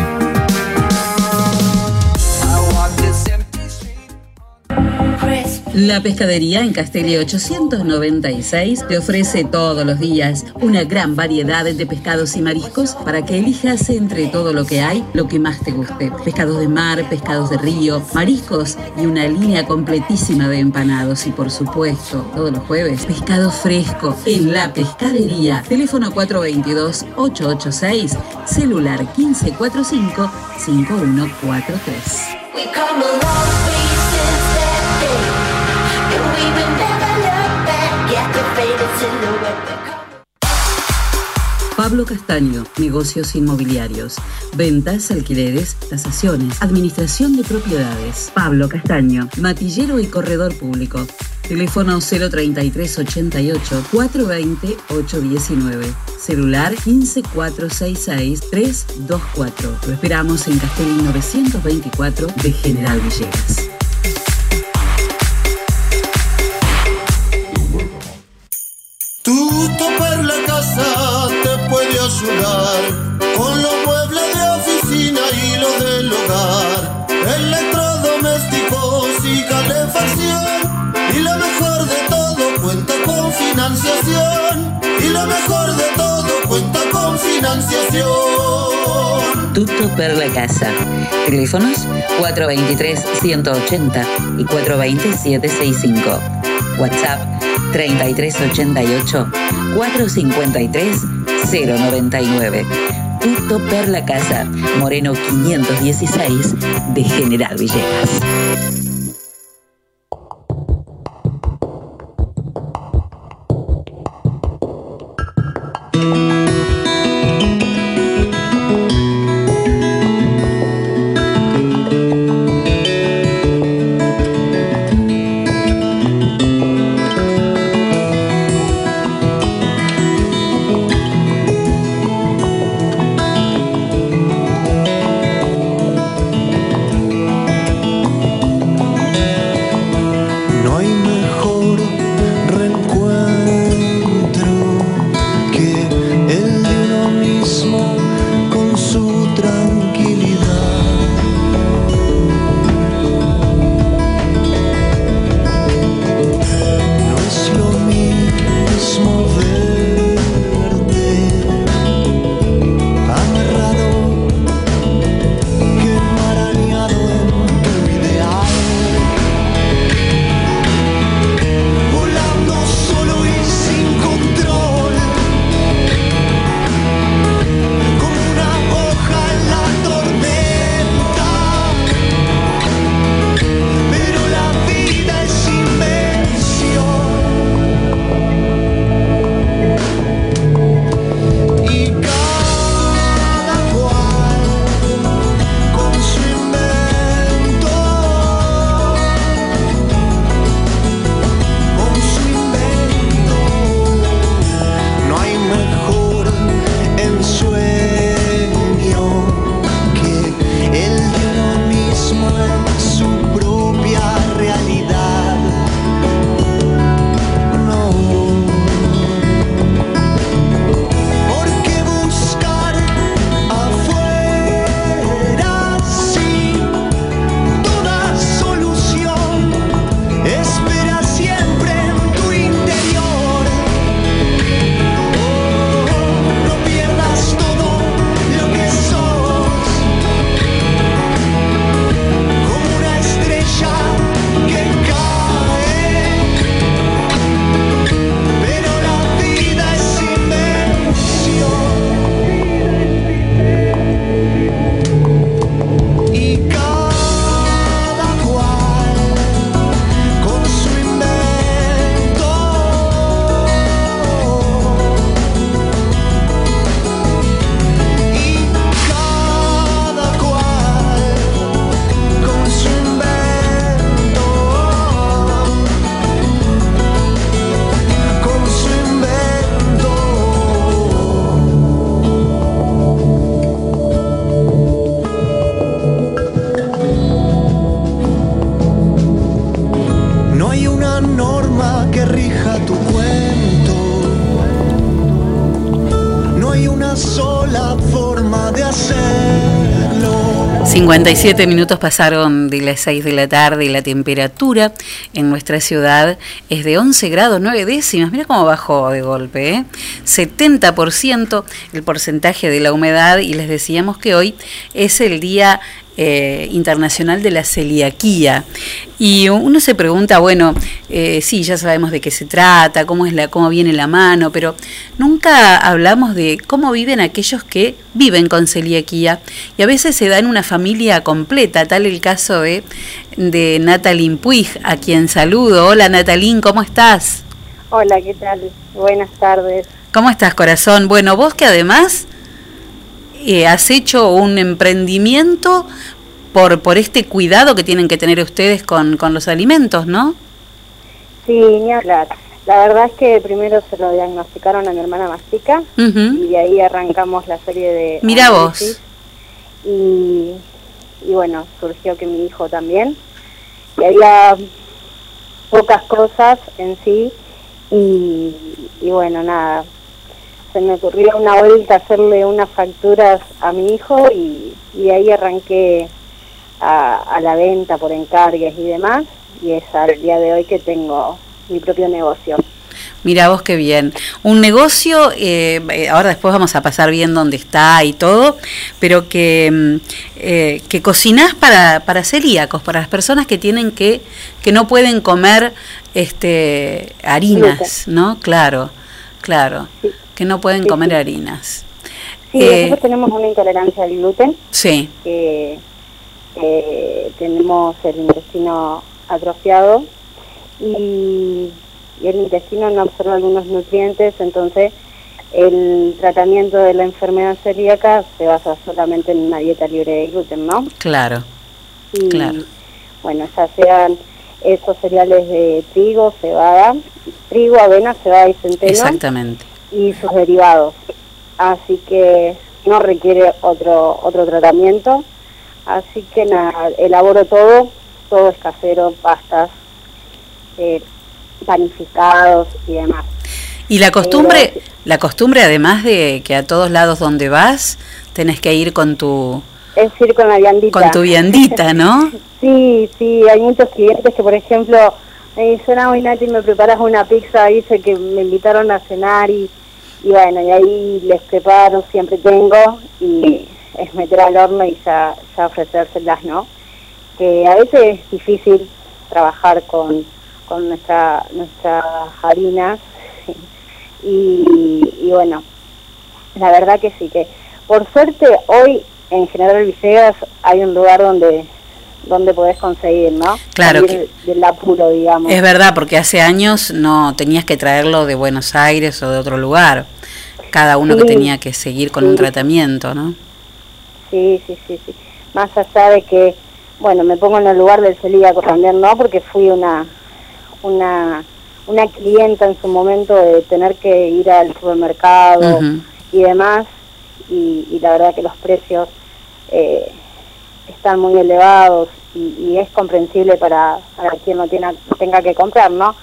La Pescadería en Castelli ochocientos noventa y seis te ofrece todos los días una gran variedad de pescados y mariscos para que elijas entre todo lo que hay lo que más te guste. Pescados de mar, pescados de río, mariscos y una línea completísima de empanados. Y por supuesto, todos los jueves, pescado fresco en La Pescadería. Teléfono cuatro dos dos ocho ocho seis, celular quince cuarenta y cinco cincuenta y uno cuarenta y tres. We come a long way since that day, and we will never look back at the faded silhouette. Pablo Castaño, negocios inmobiliarios, ventas, alquileres, tasaciones, administración de propiedades. Pablo Castaño, matillero y corredor público. Teléfono cero treinta y tres ochenta y ocho cuatrocientos veinte ocho diecinueve. Celular quince cuatrocientos sesenta y seis trescientos veinticuatro. Lo esperamos en Castelli novecientos veinticuatro de General Villegas. Tutto per la casa te puede ayudar con los muebles de oficina y los del hogar, electrodomésticos y calefacción. Y lo mejor de todo cuenta con financiación. Y lo mejor de todo cuenta con financiación. Tutto per la casa. Teléfonos cuatro dos tres uno ochenta y cuatro dos cero siete seis cinco. WhatsApp treinta y tres ochenta y ocho cuatrocientos cincuenta y tres cero noventa y nueve. Tutto per la casa. Moreno quinientos dieciséis de General Villegas. una sola forma de hacerlo. cincuenta y siete minutos pasaron de las seis de la tarde y la temperatura en nuestra ciudad es de once grados nueve décimas. Mira cómo bajó de golpe, ¿eh? setenta por ciento el porcentaje de la humedad, y les decíamos que hoy es el Día Eh, internacional de la celiaquía, y uno se pregunta, bueno, eh, sí, ya sabemos de qué se trata, cómo es la, cómo viene la mano, pero nunca hablamos de cómo viven aquellos que viven con celiaquía, y a veces se da en una familia completa, tal el caso de, de Natalie Puig, a quien saludo. Hola Natalie, ¿cómo estás? Hola, ¿qué tal? Buenas tardes. ¿Cómo estás, corazón? Bueno, vos que además Eh, has hecho un emprendimiento por por este cuidado que tienen que tener ustedes con, con los alimentos, ¿no? Sí, ni hablar. La verdad es que primero se lo diagnosticaron a mi hermana más chica, Uh-huh. y de ahí arrancamos la serie de Mirá análisis. vos. Y, y bueno, surgió que mi hijo también. Y había pocas cosas en sí, y, y bueno, nada. Se me ocurrió una vuelta hacerle unas facturas a mi hijo, y, y ahí arranqué a, a la venta por encargues y demás, y es al día de hoy que tengo mi propio negocio. Mira vos qué bien. Un negocio, eh, ahora después vamos a pasar bien dónde está y todo, pero que, eh, que cocinás para, para celíacos, para las personas que tienen que, que no pueden comer este harinas, ¿no? Claro, claro. Sí. Que no pueden sí, comer sí. harinas. Sí, eh, nosotros tenemos una intolerancia al gluten. Sí. Que eh, tenemos el intestino atrofiado, y, y el intestino no absorbe algunos nutrientes, entonces el tratamiento de la enfermedad celíaca se basa solamente en una dieta libre de gluten, ¿no? Claro. Y, claro. bueno, ya sean esos cereales de trigo, cebada, trigo, avena, cebada y centeno. Exactamente. Y sus derivados, así que no requiere otro otro tratamiento, así que nada, elaboro todo, todo es casero, pastas, eh, panificados y demás. Y la costumbre, Pero, la costumbre además de que a todos lados donde vas tenés que ir con tu es ir con la viandita. Con tu viandita, ¿no? Sí, sí, hay muchos clientes que, por ejemplo, me dicen, ah, Nati, me preparas una pizza, dice que me invitaron a cenar, y Y bueno, y ahí les preparo, siempre tengo, y es meter al horno y ya, ya ofrecérselas, ¿no? Que a veces es difícil trabajar con, con nuestra, nuestras harinas, y, y bueno, la verdad que sí, que por suerte hoy en General Villegas hay un lugar donde donde podés conseguir, ¿no? Claro, salir que del apuro, digamos. Es verdad, porque hace años no tenías que traerlo de Buenos Aires o de otro lugar. Cada uno Sí, que tenía que seguir con sí. un tratamiento, ¿no? Sí, sí, sí, sí. Más allá de que, bueno, me pongo en el lugar del celíaco también, ¿no? Porque fui una una una clienta en su momento de tener que ir al supermercado Uh-huh. y demás, y, y la verdad que los precios eh, están muy elevados, y, y es comprensible para, para quien no tiene, tenga que comprar, ¿no?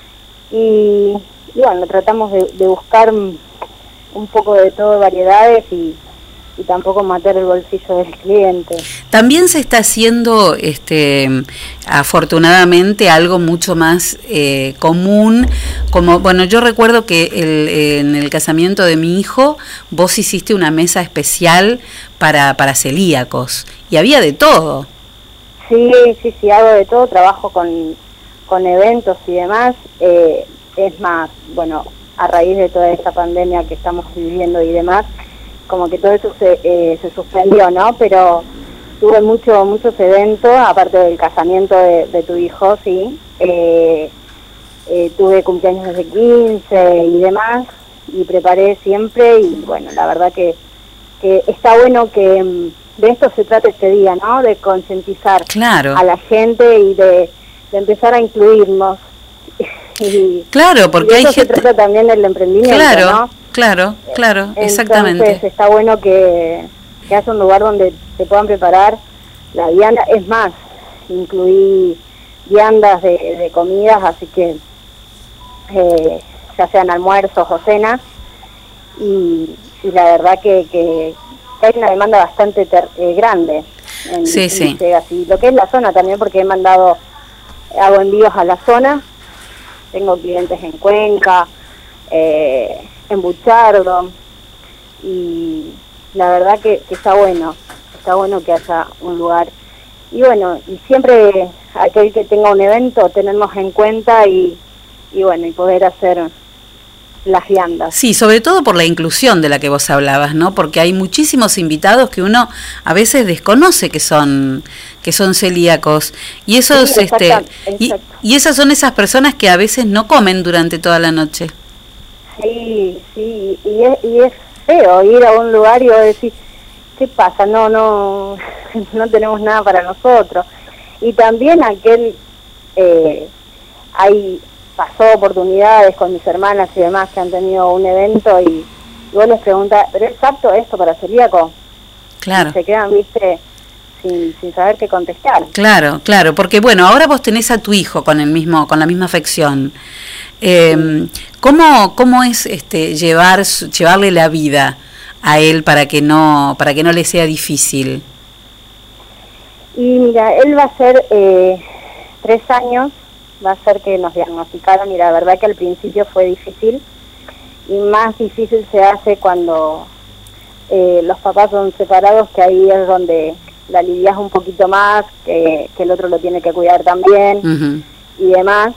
Y, y bueno, tratamos de, de buscar un poco de todo, variedades, y, y tampoco matar el bolsillo del cliente. También se está haciendo, este, afortunadamente, algo mucho más eh, común, como, bueno, yo recuerdo que el, en el casamiento de mi hijo, vos hiciste una mesa especial para, para celíacos, y había de todo. Sí, sí, sí, hago de todo, trabajo con, con eventos y demás, eh, es más, bueno, a raíz de toda esta pandemia que estamos viviendo y demás, como que todo eso se, eh, se suspendió, ¿no? Pero tuve mucho, muchos eventos, aparte del casamiento de, de tu hijo, sí, eh, eh, tuve cumpleaños de quince y demás, y preparé siempre, y bueno, la verdad que, que está bueno que mm, de esto se trata este día, ¿no? De concientizar Claro. a la gente y de, de empezar a incluirnos. Y, Claro, porque y de eso hay se gente- trata también el emprendimiento, Claro, ¿no? claro, claro, Entonces, exactamente. está bueno que, que haya un lugar donde te puedan preparar la vianda. Es más, incluí viandas de, de comidas, así que eh, ya sean almuerzos o cenas, y y la verdad que, que, que hay una demanda bastante ter, eh, grande en, Sí, en sí. Villegas, y lo que es la zona también, porque he mandado, hago envíos a la zona, tengo clientes en Cuenca, eh, en Buchardo, y la verdad que, que está bueno, está bueno que haya un lugar. Y bueno, y siempre aquel que tenga un evento, tenernos en cuenta y, y bueno, y poder hacer las viandas. Sí, sobre todo por la inclusión de la que vos hablabas, ¿no? Porque hay muchísimos invitados que uno a veces desconoce que son que son celíacos y esos Sí, este exacto, y, exacto. y esas son esas personas que a veces no comen durante toda la noche. Sí, sí, y es, y es feo ir a un lugar y vos decís, ¿qué pasa? No, no, no tenemos nada para nosotros. Y también aquel, eh, hay, pasó oportunidades con mis hermanas y demás que han tenido un evento y, y vos les preguntas, ¿pero es apto esto para celíaco? Claro. Y se quedan, viste, sin, sin saber qué contestar. Claro, claro, porque bueno, ahora vos tenés a tu hijo con el mismo con la misma afección. Eh, ¿cómo, cómo es este llevar su- llevarle la vida a él para que no para que no le sea difícil? Y mira, él va a ser eh, tres años, va a ser que nos diagnosticaron y la verdad que al principio fue difícil y más difícil se hace cuando eh, los papás son separados, que ahí es donde la lidias un poquito más, que, que el otro lo tiene que cuidar también Ujú. y demás.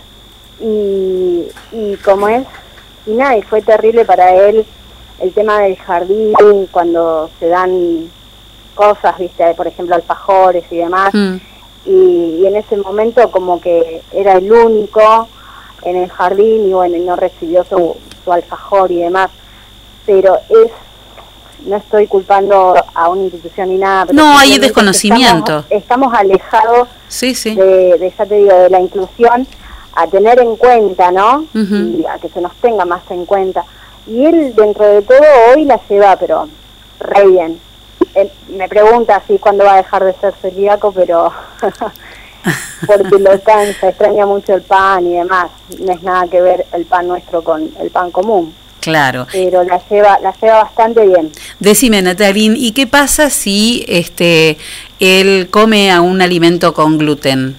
Y, y como es, y nada, y fue terrible para él el tema del jardín, cuando se dan cosas, viste, por ejemplo alfajores y demás, Mm. y, y en ese momento como que era el único en el jardín y bueno, y no recibió su, su alfajor y demás, pero es, no estoy culpando a una institución ni nada, pero No, hay simplemente desconocimiento. Estamos, estamos alejados Sí, sí. de, de, ya te digo, de la inclusión, a tener en cuenta, ¿no? Ujú. Y a que se nos tenga más en cuenta. Y él, dentro de todo, hoy la lleva, pero re bien. Él me pregunta si cuándo va a dejar de ser celíaco, pero porque lo cansa, extraña mucho el pan y demás. No es nada que ver el pan nuestro con el pan común, Claro. pero la lleva la lleva bastante bien. Decime, Natalín, ¿y qué pasa si este él come a un alimento con gluten?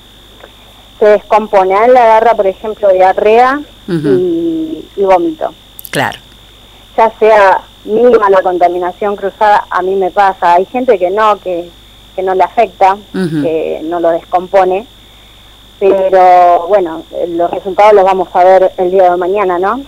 Se descompone, a él le agarra, por ejemplo, diarrea Ujú. y, y vómito. Claro. Ya sea mínima la contaminación cruzada, a mí me pasa. Hay gente que no, que, que no le afecta, Ujú. que no lo descompone, pero bueno, los resultados los vamos a ver el día de mañana, ¿no?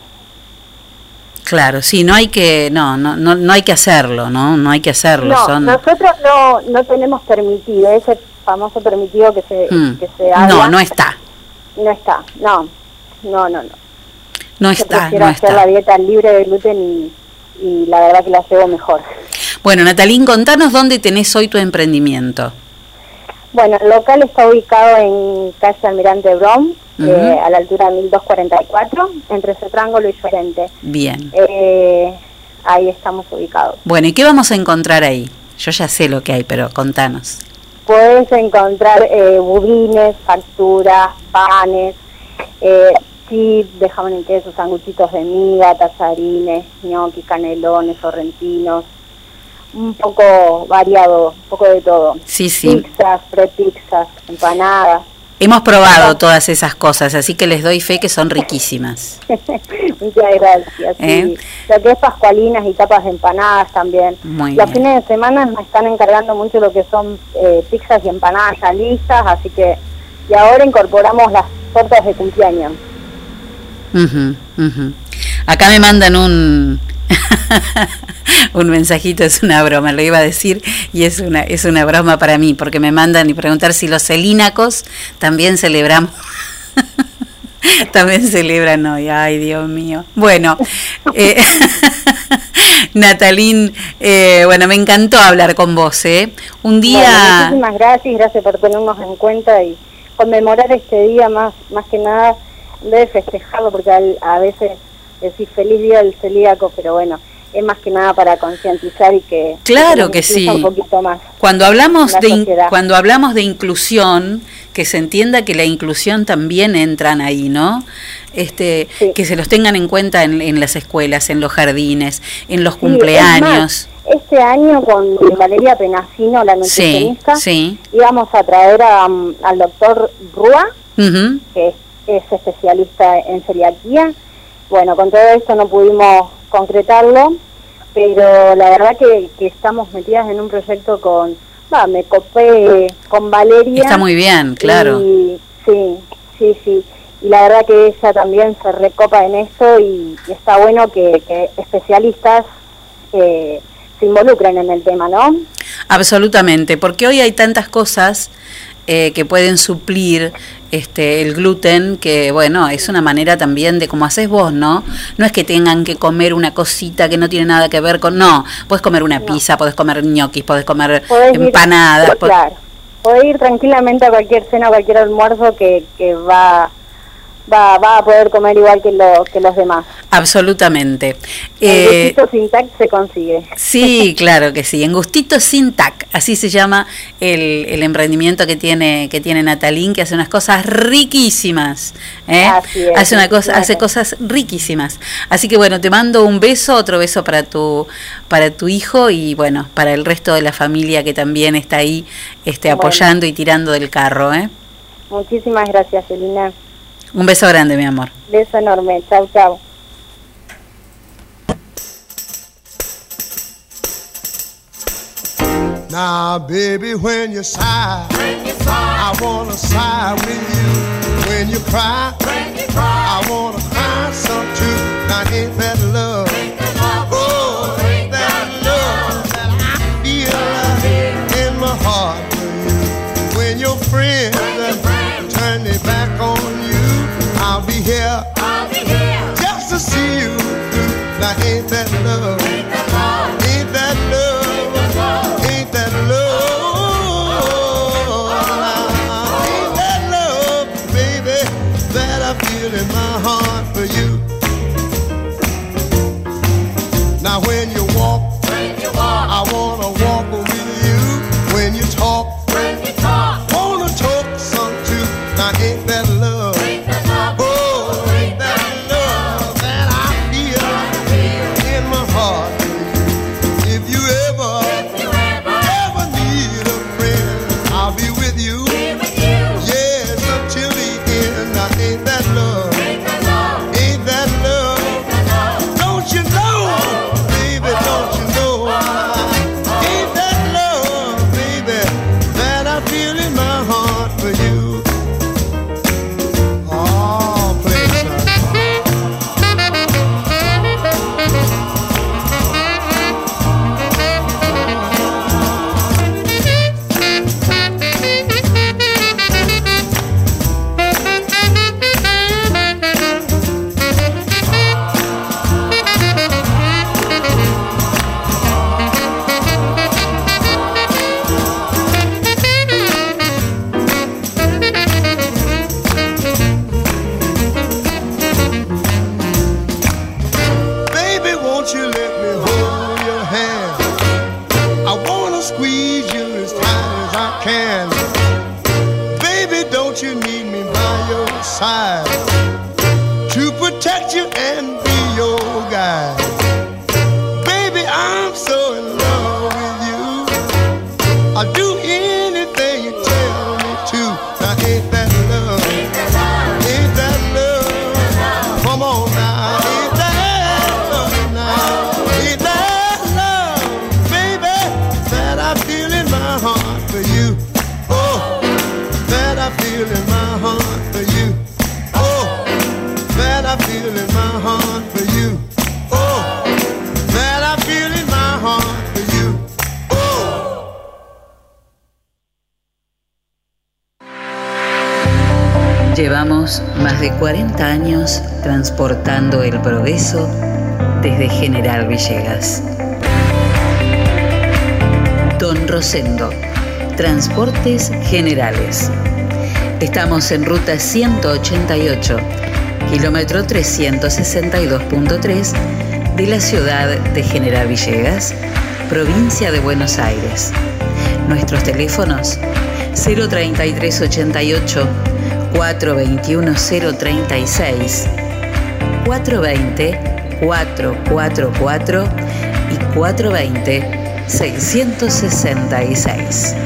Claro, sí, no hay que no no no, no hay que hacerlo, ¿no? No hay que hacerlo, No, son nosotros no, no tenemos permitido, ese famoso permitido que se, Mm. que se habla. No, no está. No está, no, no, no, no. No Yo está, prefiero no hacer está. la dieta libre de gluten y, y la verdad que la llevo mejor. Bueno, Natalín, contanos dónde tenés hoy tu emprendimiento. Bueno, el local está ubicado en calle Almirante Brown, Ujú. eh, a la altura de mil doscientos cuarenta y cuatro, entre Cetrángulo y Llorente. Bien. Eh, ahí estamos ubicados. Bueno, ¿y qué vamos a encontrar ahí? Yo ya sé lo que hay, pero contanos. Puedes encontrar eh, budines, facturas, panes, eh, chips de jamón y queso, sanguchitos de miga, tallarines, ñoquis, canelones, sorrentinos, un poco variado, un poco de todo. Sí, sí. Pizzas, prepizzas, empanadas. Hemos probado todas esas cosas, así que les doy fe que son riquísimas. Muchas gracias. ¿Eh? Sí. Lo que es pascualinas y tapas de empanadas también. Muy Los bien. fines de semana me están encargando mucho lo que son eh, pizzas y empanadas ya listas, así que y ahora incorporamos las tortas de cumpleaños. Ujú, ujú. Acá me mandan un un mensajito, es una broma, lo iba a decir, y es una es una broma para mí, porque me mandan y preguntar si los celínacos también celebramos. También celebran hoy, ay Dios mío. Bueno, eh, Natalín, eh, bueno, me encantó hablar con vos, ¿eh? Un día... Bueno, muchísimas gracias, gracias por tenernos en cuenta y conmemorar este día más más que nada, en vez de festejarlo, porque al- a veces decís feliz día del celíaco, pero bueno, es más que nada para concientizar y que Claro que, que sí. un poquito más. Cuando hablamos la de in- sociedad. cuando hablamos de inclusión, que se entienda que la inclusión también entran ahí, ¿no? Este, que se los tengan en cuenta en, en las escuelas, en los jardines, en los Sí, cumpleaños. es más, este año con Valeria Penasino, la nutricionista, sí. íbamos a traer a, um, al doctor Rúa, Ujú. que es, es especialista en celiaquía. Bueno, con todo esto no pudimos concretarlo, pero la verdad que, que estamos metidas en un proyecto con, va, me copé con Valeria. Está muy bien, claro. Y, sí, sí, sí. Y la verdad que ella también se recopa en esto y, y está bueno que, que especialistas eh, se involucren en el tema, ¿no? Absolutamente, porque hoy hay tantas cosas eh, que pueden suplir este el gluten, que bueno, es una manera también de como haces vos, ¿no? No es que tengan que comer una cosita que no tiene nada que ver con... No, puedes comer una No. pizza, podés comer ñoquis, podés comer Podés ir- empanadas. sí, po- claro. Podés ir tranquilamente a cualquier cena, a cualquier almuerzo que, que va, va va a poder comer igual que, lo, que los demás. Absolutamente. El Eh, gustito sin tac se consigue. Sí, claro que sí. En Gustito Sin Tac, así se llama el, el emprendimiento que tiene que tiene Natalín, que hace unas cosas riquísimas. ¿eh? Así es, hace una cosa, claro. hace cosas riquísimas. Así que bueno, te mando un beso, otro beso para tu para tu hijo y bueno, para el resto de la familia que también está ahí, este, Bueno. apoyando y tirando del carro. ¿eh? Muchísimas gracias, Elina. Un beso grande, mi amor. Beso enorme. Chau, chau. Now, baby, when you sigh, when you sigh, I wanna sigh with you. When you cry, when you cry, I wanna cry some too. Now, ain't that love? Ain't that love? Oh, ain't that love that I feel in my heart for you? When your friends turn their back on you, I'll be here, I'll be here just to see you through. Now, ain't that love? Ain't that love? Ain't that love? Ain't that love? Ain't that love, baby, that I feel in my heart for you? Now when you walk, when you walk, I wanna walk with you. When you talk, when you talk, wanna talk some too. Now ain't that love? Ain't that love? Oh, ain't that love that I feel in my heart? If you ever I'll be with you. Be with you. Yes, until the end. Now, ain't that love? Ain't that love? Ain't that love? Ain't that love? Don't you know, oh, baby? Don't you know? Oh, ain't that love, baby, that I feel in my heart for you? Oh, play Baby, won't you let me hold your hand? I wanna squeeze you as tight as I can. Baby, don't you need me by your side to protect you and be your guide? Baby, I'm so in love with you. I'll do anything you tell me to. Now ain't that love? Ain't that love? Ain't that love? Come on now. Ain't that love now? Ain't that love, baby, that I feel in my heart for you? Oh, that I feel in my heart for you. Oh, that I feel in my heart for you. Oh, that I feel in my heart for you. Oh. Llevamos más de cuarenta años transportando el progreso desde General Villegas. Don Rosendo, Transportes Generales. Estamos en ruta ciento ochenta y ocho, kilómetro trescientos sesenta y dos punto tres, de la ciudad de General Villegas, provincia de Buenos Aires. Nuestros teléfonos cero treinta y tres ochenta y ocho, cuatrocientos veintiuno, cero treinta y seis, cuatrocientos veinte, cuatrocientos cuarenta y cuatro y cuatrocientos veinte, seiscientos sesenta y seis.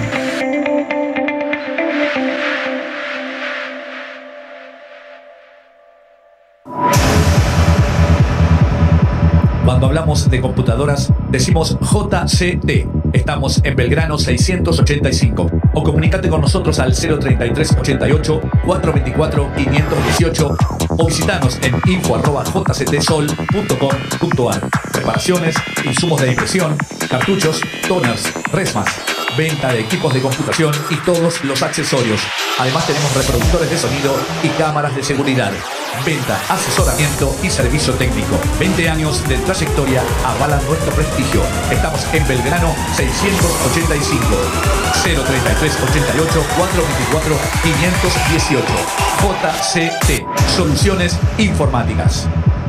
Cuando hablamos de computadoras, decimos J C T. Estamos en Belgrano seiscientos ochenta y cinco. O comunícate con nosotros al cero treinta y tres ochenta y ocho, cuatrocientos veinticuatro, quinientos dieciocho o visitanos en info arroba j c t sol punto com punto a r. Reparaciones, insumos de impresión, cartuchos, toners, resmas, venta de equipos de computación y todos los accesorios. Además tenemos reproductores de sonido y cámaras de seguridad. Venta, asesoramiento y servicio técnico. veinte años de trayectoria avalan nuestro prestigio. Estamos en Belgrano seiscientos ochenta y cinco. cero treinta y tres ochenta y ocho, cuatrocientos veinticuatro, quinientos dieciocho. J C T. Soluciones informáticas.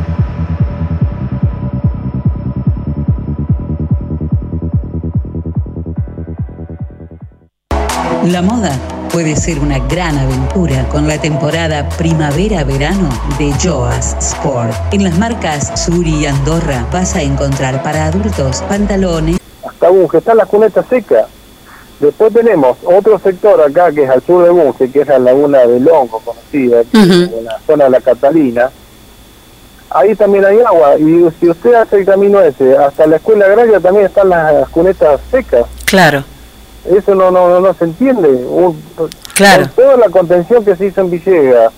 La moda puede ser una gran aventura con la temporada primavera-verano de Joas Sport. En las marcas Suri y Andorra vas a encontrar para adultos pantalones. Hasta Bunge está la cuneta seca. Después tenemos otro sector acá que es al sur de Bunge, que es la laguna del Hongo, conocida, uh-huh. en la zona de la Catalina. Ahí también hay agua, y si usted hace el camino ese, hasta la escuela agraria también están las cunetas secas. Claro. Eso no no no, no se entiende. Un, claro. Con toda la contención que se hizo en Villegas,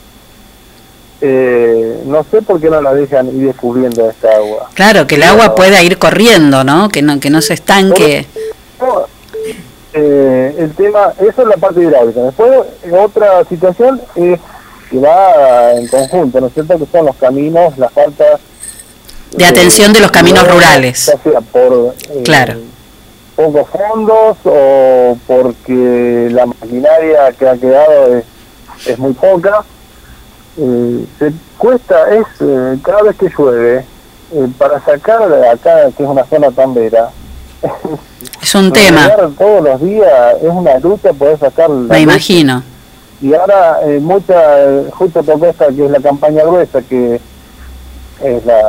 eh, no sé por qué no la dejan ir descubriendo esta agua. Claro, que el agua no, pueda ir corriendo, ¿no? Que no que no se estanque. Por, eh, el tema, eso es la parte hidráulica. Después, otra situación es que va en conjunto, ¿no es cierto? Que son los caminos, la falta de atención de los caminos no, rurales. Ya sea por eh, claro. pocos fondos o porque la maquinaria que ha quedado es, es muy poca. Eh, se cuesta, es eh, cada vez que llueve, eh, para sacar de acá, que es una zona tambera, es un tema. Todos los días es una lucha poder sacar la Me imagino. Y ahora eh, mucha, eh, justo tocó esta que es la campaña gruesa, que es la...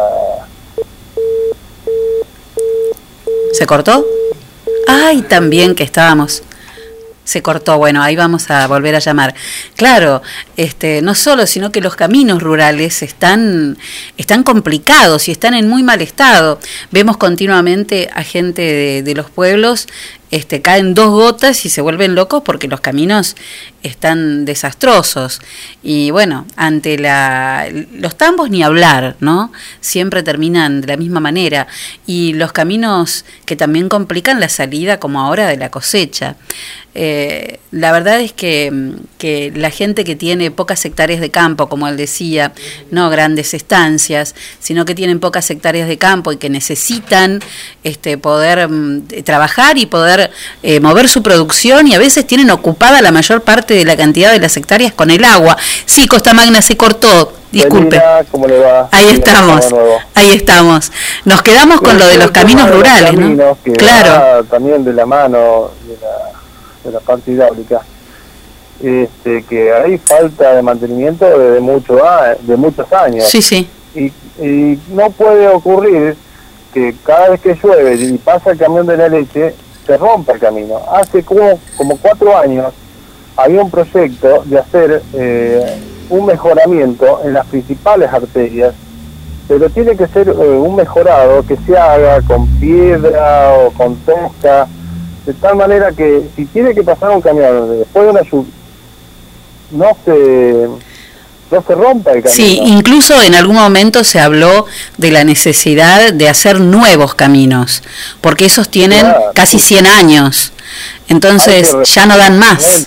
¿Se cortó? Ay, también que estábamos. Se cortó, bueno, ahí vamos a volver a llamar. Claro, este, no solo, sino que los caminos rurales están, están complicados y están en muy mal estado. Vemos continuamente a gente de, de los pueblos, este, caen dos gotas y se vuelven locos porque los caminos están desastrosos. Y bueno, ante la, los tambos ni hablar, ¿no? Siempre terminan de la misma manera. Y los caminos que también complican la salida, como ahora, de la cosecha. Eh, la verdad es que, que la gente que tiene pocas hectáreas de campo, como él decía, no grandes estancias, sino que tienen pocas hectáreas de campo y que necesitan este, poder mm, trabajar y poder eh, mover su producción, y a veces tienen ocupada la mayor parte de la cantidad de las hectáreas con el agua. Sí, Costa Magna se cortó. Disculpe. ¿Cómo le va? Ahí Bien, estamos, ahí estamos. Nos quedamos con lo de los caminos rurales, ¿no? Que claro. También de la mano de la, de la parte hidráulica. Este, que hay falta de mantenimiento de, mucho, de muchos años. Sí, sí. Y, y no puede ocurrir que cada vez que llueve y pasa el camión de la leche, se rompa el camino. Hace como, como cuatro años había un proyecto de hacer eh, un mejoramiento en las principales arterias, pero tiene que ser eh, un mejorado que se haga con piedra o con tosca, de tal manera que si tiene que pasar un camión después de una lluvia, no se, no se rompa el camino. Sí, incluso en algún momento se habló de la necesidad de hacer nuevos caminos, porque esos tienen claro, casi cien años, entonces ya no dan más.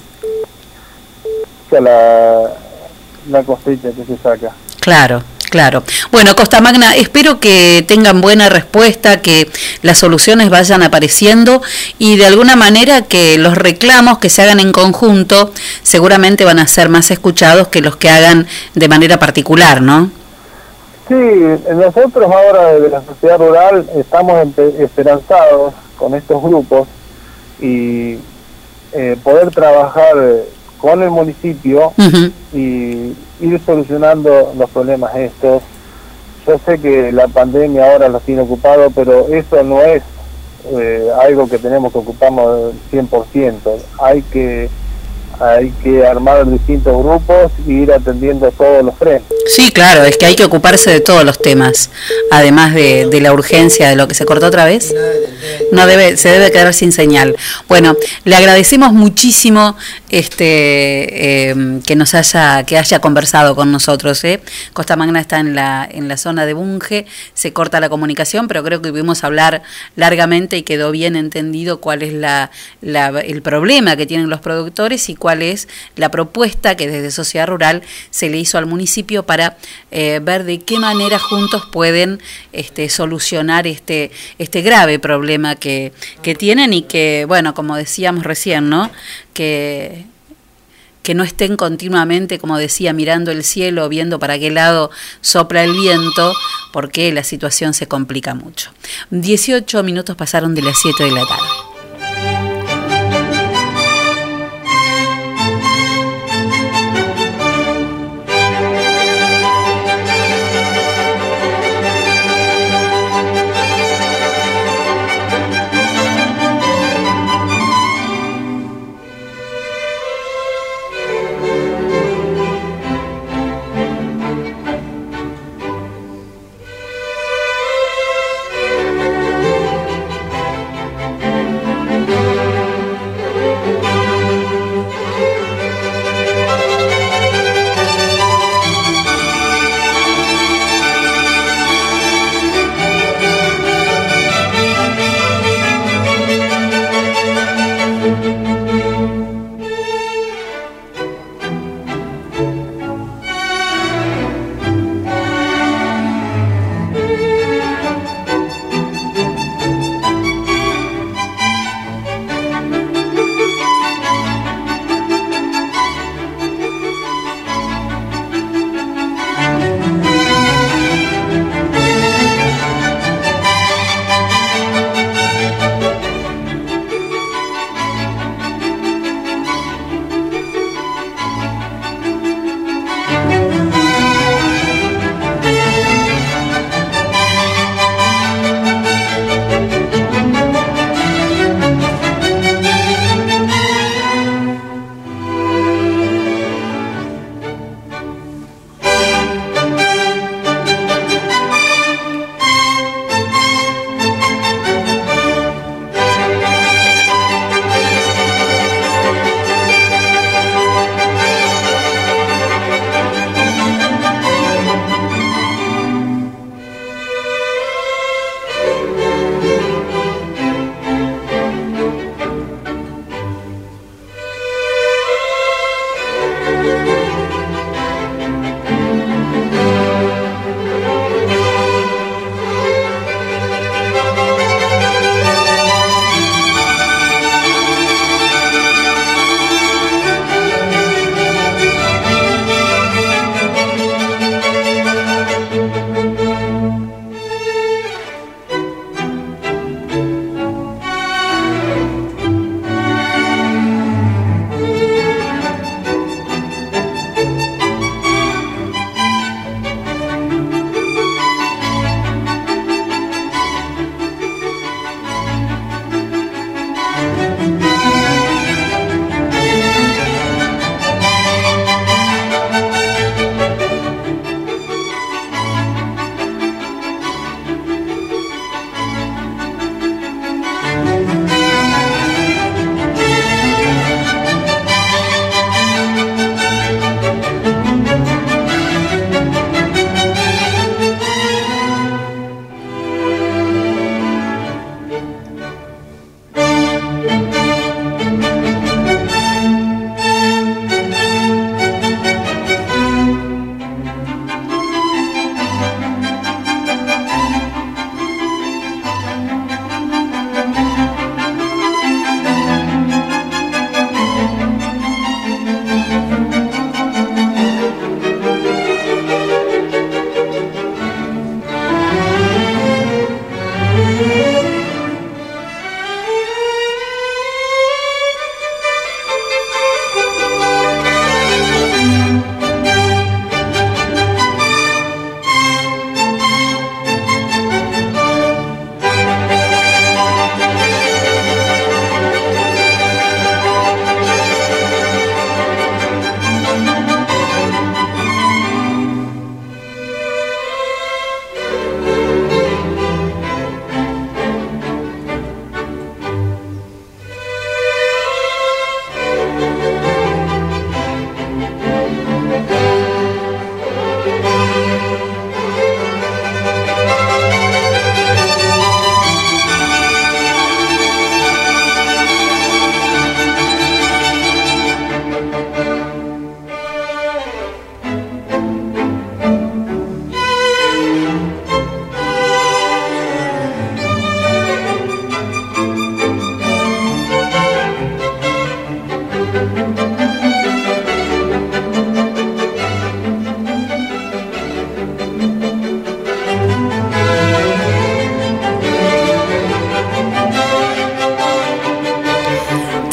La, la cosecha que se saca. Claro, claro. Bueno, Costa Magna, espero que tengan buena respuesta, que las soluciones vayan apareciendo y de alguna manera que los reclamos que se hagan en conjunto seguramente van a ser más escuchados que los que hagan de manera particular, ¿no? Sí, nosotros ahora de la sociedad rural estamos empe- esperanzados con estos grupos y eh, poder trabajar con el municipio Uh-huh. y ir solucionando los problemas estos. Yo sé que la pandemia ahora los tiene ocupados, pero eso no es eh, algo que tenemos que ocuparnos cien por ciento. Hay que hay que armar distintos grupos e ir atendiendo todos los frentes. Sí, claro, es que hay que ocuparse de todos los temas, además de, de la urgencia de lo que se cortó otra vez. No debe, se debe quedar sin señal. Bueno, le agradecemos muchísimo este eh, que nos haya que haya conversado con nosotros. ¿eh? Costa Magna está en la en la zona de Bunge, se corta la comunicación, pero creo que pudimos hablar largamente y quedó bien entendido cuál es la, la el problema que tienen los productores y cuál es la propuesta que desde Sociedad Rural se le hizo al municipio para eh, ver de qué manera juntos pueden este, solucionar este este grave problema que, que tienen y que, bueno, como decíamos recién, ¿no? Que, que no estén continuamente, como decía, mirando el cielo, viendo para qué lado sopla el viento, porque la situación se complica mucho. dieciocho minutos pasaron de las siete de la tarde.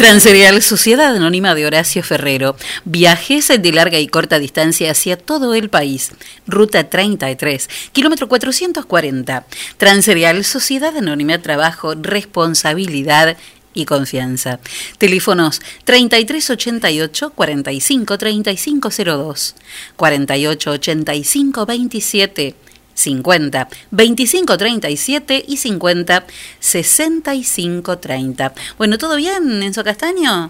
Transerial, Sociedad Anónima de Horacio Ferrero. Viajes de larga y corta distancia hacia todo el país. Ruta treinta y tres, kilómetro cuatrocientos cuarenta. Transerial, Sociedad Anónima, Trabajo, Responsabilidad y Confianza. Teléfonos treinta y tres ochenta y ocho, cuarenta y cinco, treinta y cinco cero dos, cuarenta y ocho ochenta y cinco, veintisiete cincuenta, veinticinco treinta y siete y cincuenta sesenta y cinco treinta. Bueno, ¿todo bien, Enzo Castaño?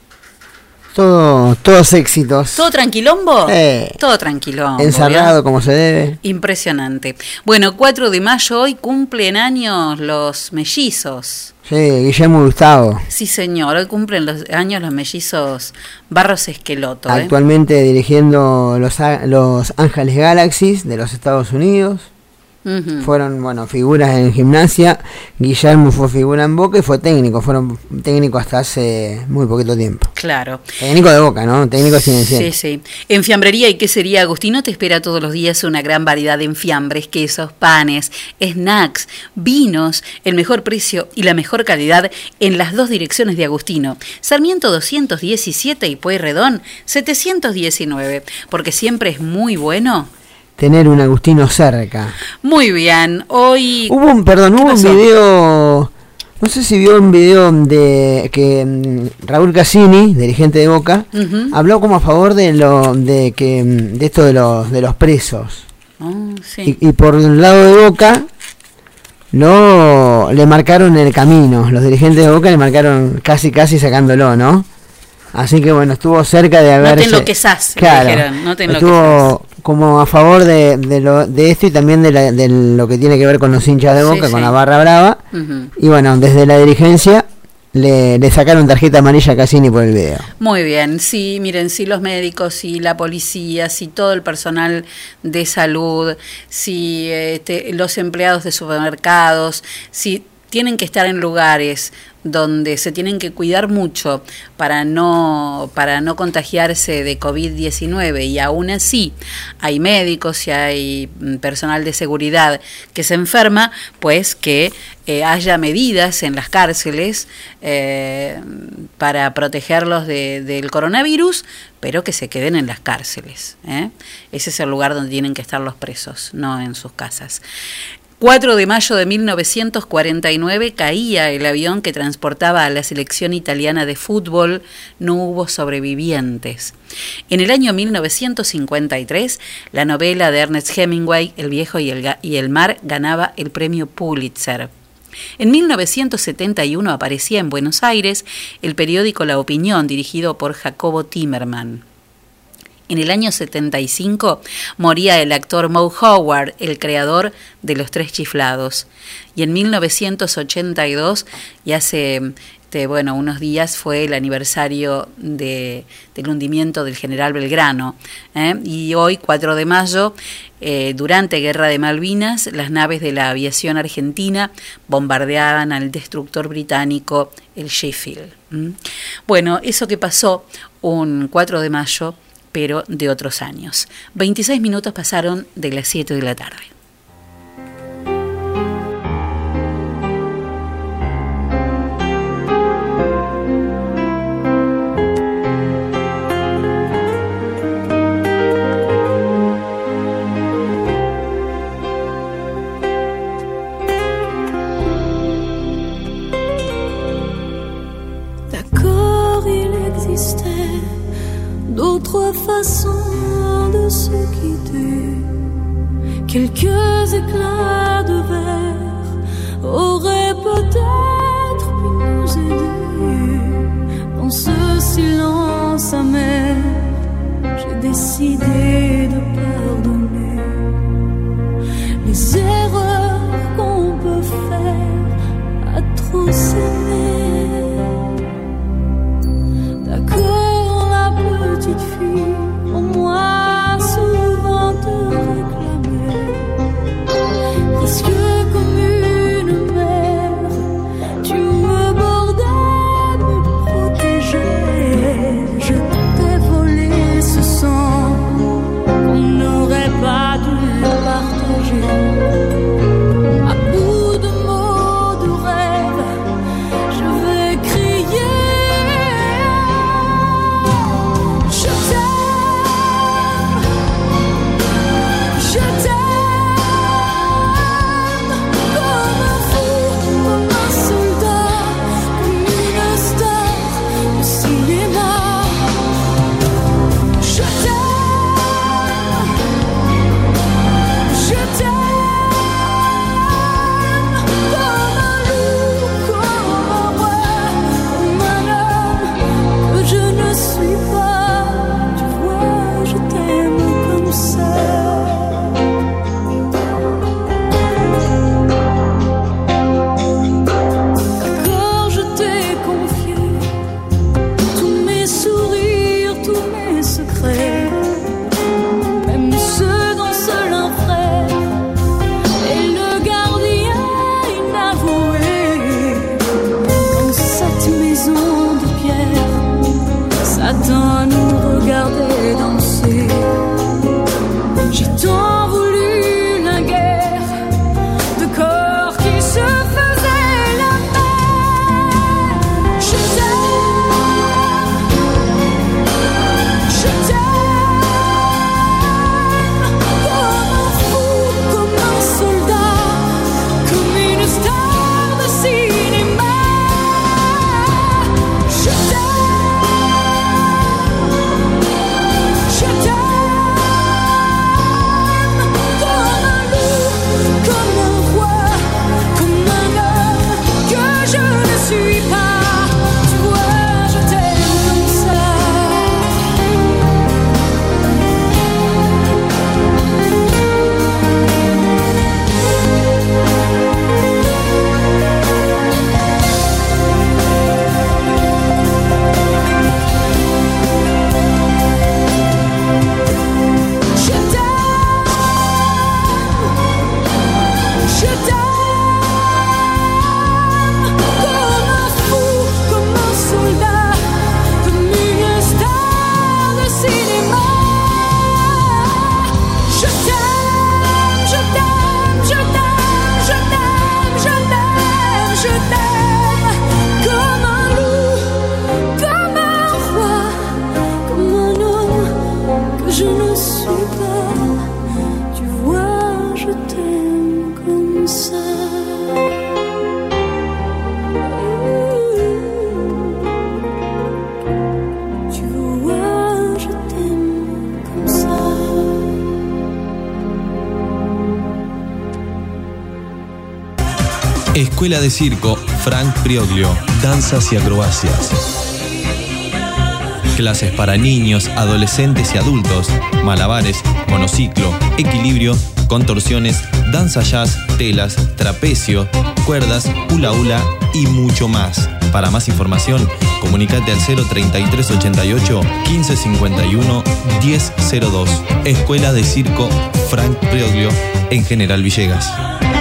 Todo, todos éxitos. ¿Todo tranquilombo? Eh, Todo tranquilombo. Encerrado ¿bien? como se debe. Impresionante. Bueno, cuatro de mayo, hoy cumplen años los mellizos. Sí, Guillermo y Gustavo. Sí, señor, hoy cumplen los años los mellizos Barros Esqueloto. ¿eh? Actualmente dirigiendo los, a- los Ángeles Galaxies de los Estados Unidos. Ujú. Fueron, bueno, figuras en gimnasia. Guillermo fue figura en Boca y fue técnico. Fueron técnicos hasta hace muy poquito tiempo. Claro. Técnico de Boca, ¿no? Técnico sin Sí, sí. En Fiambrería y Quesería Agustino te espera todos los días una gran variedad de enfiambres, quesos, panes, snacks, vinos, el mejor precio y la mejor calidad en las dos direcciones de Agustino. Sarmiento doscientos diecisiete y Pueyrredón setecientos diecinueve. Porque siempre es muy bueno tener un Agustino cerca. Muy bien, hoy... Hubo un, perdón, hubo un pasó? video, no sé si vio un video de que mm, Raúl Cassini, dirigente de Boca, Ujú. habló como a favor de lo de que mm, de esto de los de los presos. Oh, sí. Y, y por el lado de Boca no le marcaron el camino, los dirigentes de Boca le marcaron casi casi sacándolo, ¿no? Así que bueno, estuvo cerca de No haberse... te enloquezás, le claro, dijeron, no te estuvo como a favor de, de, lo, de esto y también de, la, de lo que tiene que ver con los hinchas de Sí, Boca, sí. con la barra brava. Ujú. Y bueno, desde la dirigencia le, le sacaron tarjeta amarilla a Cassini por el video. Muy bien, sí, miren, si los médicos, si la policía, si todo el personal de salud, si este, los empleados de supermercados, si tienen que estar en lugares donde se tienen que cuidar mucho para no para no contagiarse de COVID diecinueve y aún así hay médicos y hay mm, personal de seguridad que se enferma, pues que eh, haya medidas en las cárceles eh, para protegerlos de, del coronavirus, pero que se queden en las cárceles, ¿eh? Ese es el lugar donde tienen que estar los presos, no en sus casas. cuatro de mayo de mil novecientos cuarenta y nueve caía el avión que transportaba a la selección italiana de fútbol. No hubo sobrevivientes. En el año mil novecientos cincuenta y tres, la novela de Ernest Hemingway, El viejo y el, ga- y el mar, ganaba el premio Pulitzer. En mil novecientos setenta y uno aparecía en Buenos Aires el periódico La Opinión, dirigido por Jacobo Timerman. En el año setenta y cinco moría el actor Moe Howard, el creador de Los Tres Chiflados. Y en mil novecientos ochenta y dos, y hace este, bueno, unos días, fue el aniversario de, del hundimiento del general Belgrano. ¿eh? Y hoy, cuatro de mayo, eh, durante Guerra de Malvinas, las naves de la aviación argentina bombardeaban al destructor británico el Sheffield. ¿m? Bueno, eso que pasó un cuatro de mayo, pero de otros años. veintiséis minutos pasaron de las siete de la tarde. D'accord, il existait d'autres façons de se quitter. Quelques éclats de verre auraient peut-être pu nous aider. Dans ce silence amer, j'ai décidé de pardonner les erreurs qu'on peut faire à trop s'aimer. D'accord, la petite fille en moi souvent te réclamait, presque comme une mère, Escuela de Circo Frank Prioglio, danzas y acrobacias. Clases para niños, adolescentes y adultos, malabares, monociclo, equilibrio, contorsiones, danza jazz, telas, trapecio, cuerdas, hula hula y mucho más. Para más información, comunicate al cero treinta y tres ochenta y ocho quince cincuenta y uno diez cero dos. Escuela de Circo Frank Prioglio en General Villegas.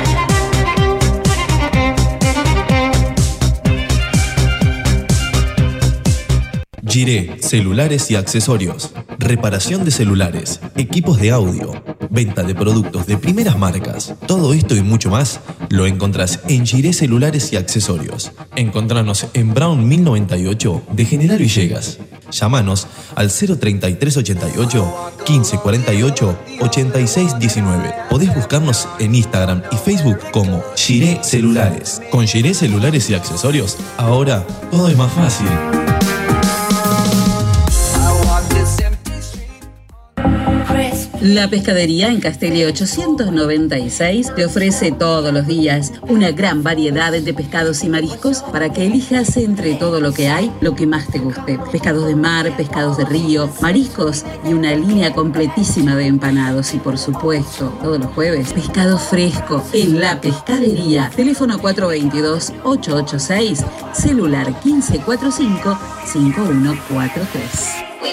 Giré, celulares y accesorios, reparación de celulares, equipos de audio, venta de productos de primeras marcas. Todo esto y mucho más lo encontrás en Giré Celulares y Accesorios. Encontranos en Brown mil noventa y ocho de General Villegas. Llámanos al cero treinta y tres ochenta y ocho quince cuarenta y ocho ochenta y seis diecinueve. Podés buscarnos en Instagram y Facebook como Giré Celulares. Con Giré Celulares y Accesorios, ahora todo es más fácil. La Pescadería en Castelli ochocientos noventa y seis te ofrece todos los días una gran variedad de pescados y mariscos para que elijas entre todo lo que hay lo que más te guste. Pescados de mar, pescados de río, mariscos y una línea completísima de empanados. Y por supuesto, todos los jueves, pescado fresco en La Pescadería. Teléfono cuatro dos dos ocho ocho seis, celular quince cuarenta y cinco cincuenta y uno cuarenta y tres.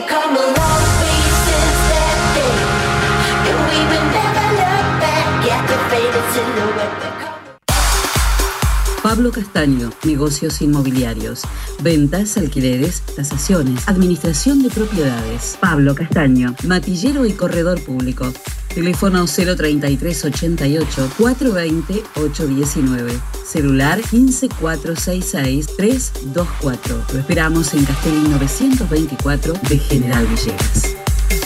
Pablo Castaño, negocios inmobiliarios, ventas, alquileres, tasaciones, administración de propiedades. Pablo Castaño, matillero y corredor público. Teléfono cero treinta y tres ochenta y ocho cuatrocientos veinte ocho diecinueve. Celular quince cuatrocientos sesenta y seis trescientos veinticuatro. Lo esperamos en Castelli novecientos veinticuatro de General Villegas.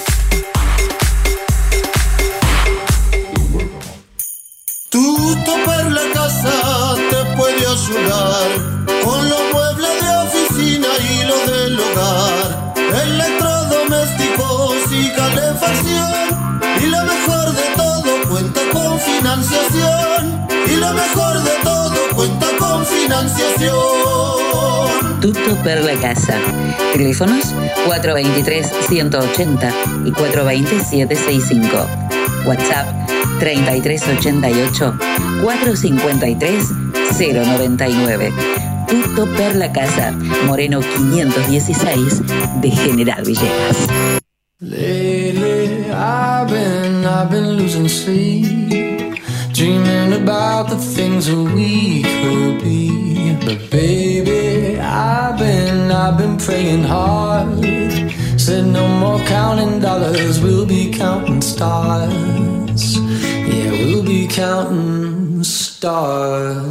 Tu topar la casa te puede ayudar con los muebles de oficina y los del hogar, electrodomésticos y calefacción. Y lo mejor de todo cuenta con financiación. Y lo mejor de todo cuenta con financiación. Tutto per la casa. Teléfonos cuatro dos tres uno ochenta y cuatro dos cero siete seis cinco. WhatsApp treinta y tres ochenta y ocho cuatrocientos cincuenta y tres cero noventa y nueve. Tutto per la casa, Moreno quinientos dieciséis de General Villegas. Lately, I've been, I've been losing sleep, dreaming about the things that we could be. But baby, I've been, I've been praying hard. Said no more counting dollars, we'll be counting stars. Yeah, we'll be counting stars.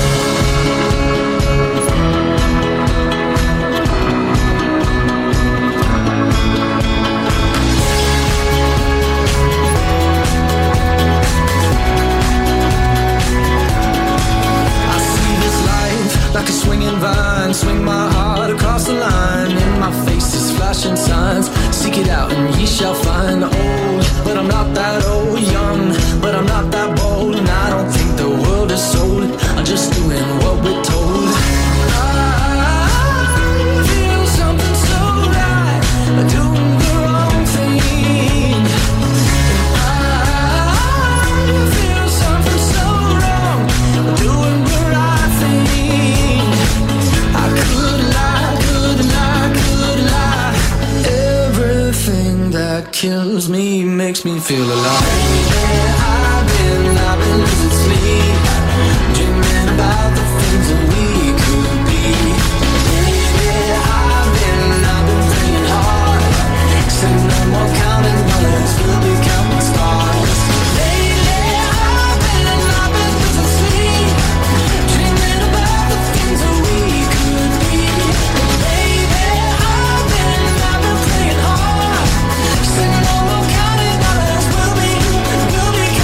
Like a swinging vine, swing my heart across the line. In my face is flashing signs. Seek it out and ye shall find. Old, but I'm not that old. Young, but I'm not that bold. And I don't think the world is sold. I'm just doing what we're told. I feel something so right, doing the wrong thing. I feel something so wrong, doing the right thing. I could lie, could lie, could lie. Everything that kills me makes me feel alive. Yeah, I've been, I've been losing sleep, dreaming about the things that we could be. Yeah, I've been, I've been praying hard. Said no more counting dollars, we'll be counting stars. Lately, I've been, I've been losing sleep, dreaming about the things that we could be. Baby, I've been, I've been praying hard. Said no more counting dollars, we'll be, we'll be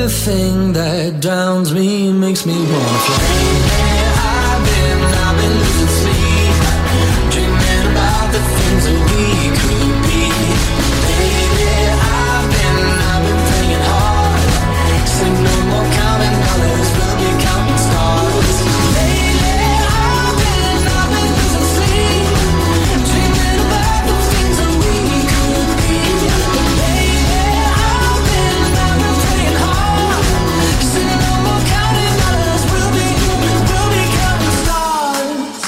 Everything that drowns me makes me wanna fly. I've been, I've been losing sleep, dreaming about the things that we could be. Baby, I've been, I've been playing hard. Say no more counting dollars, we'll be counting stars. Lately, I've been, I've been losing sleep, dreaming about the things that we could be. Baby, I've been, I've been playing hard. Say no more counting dollars, we'll be, we'll be counting stars.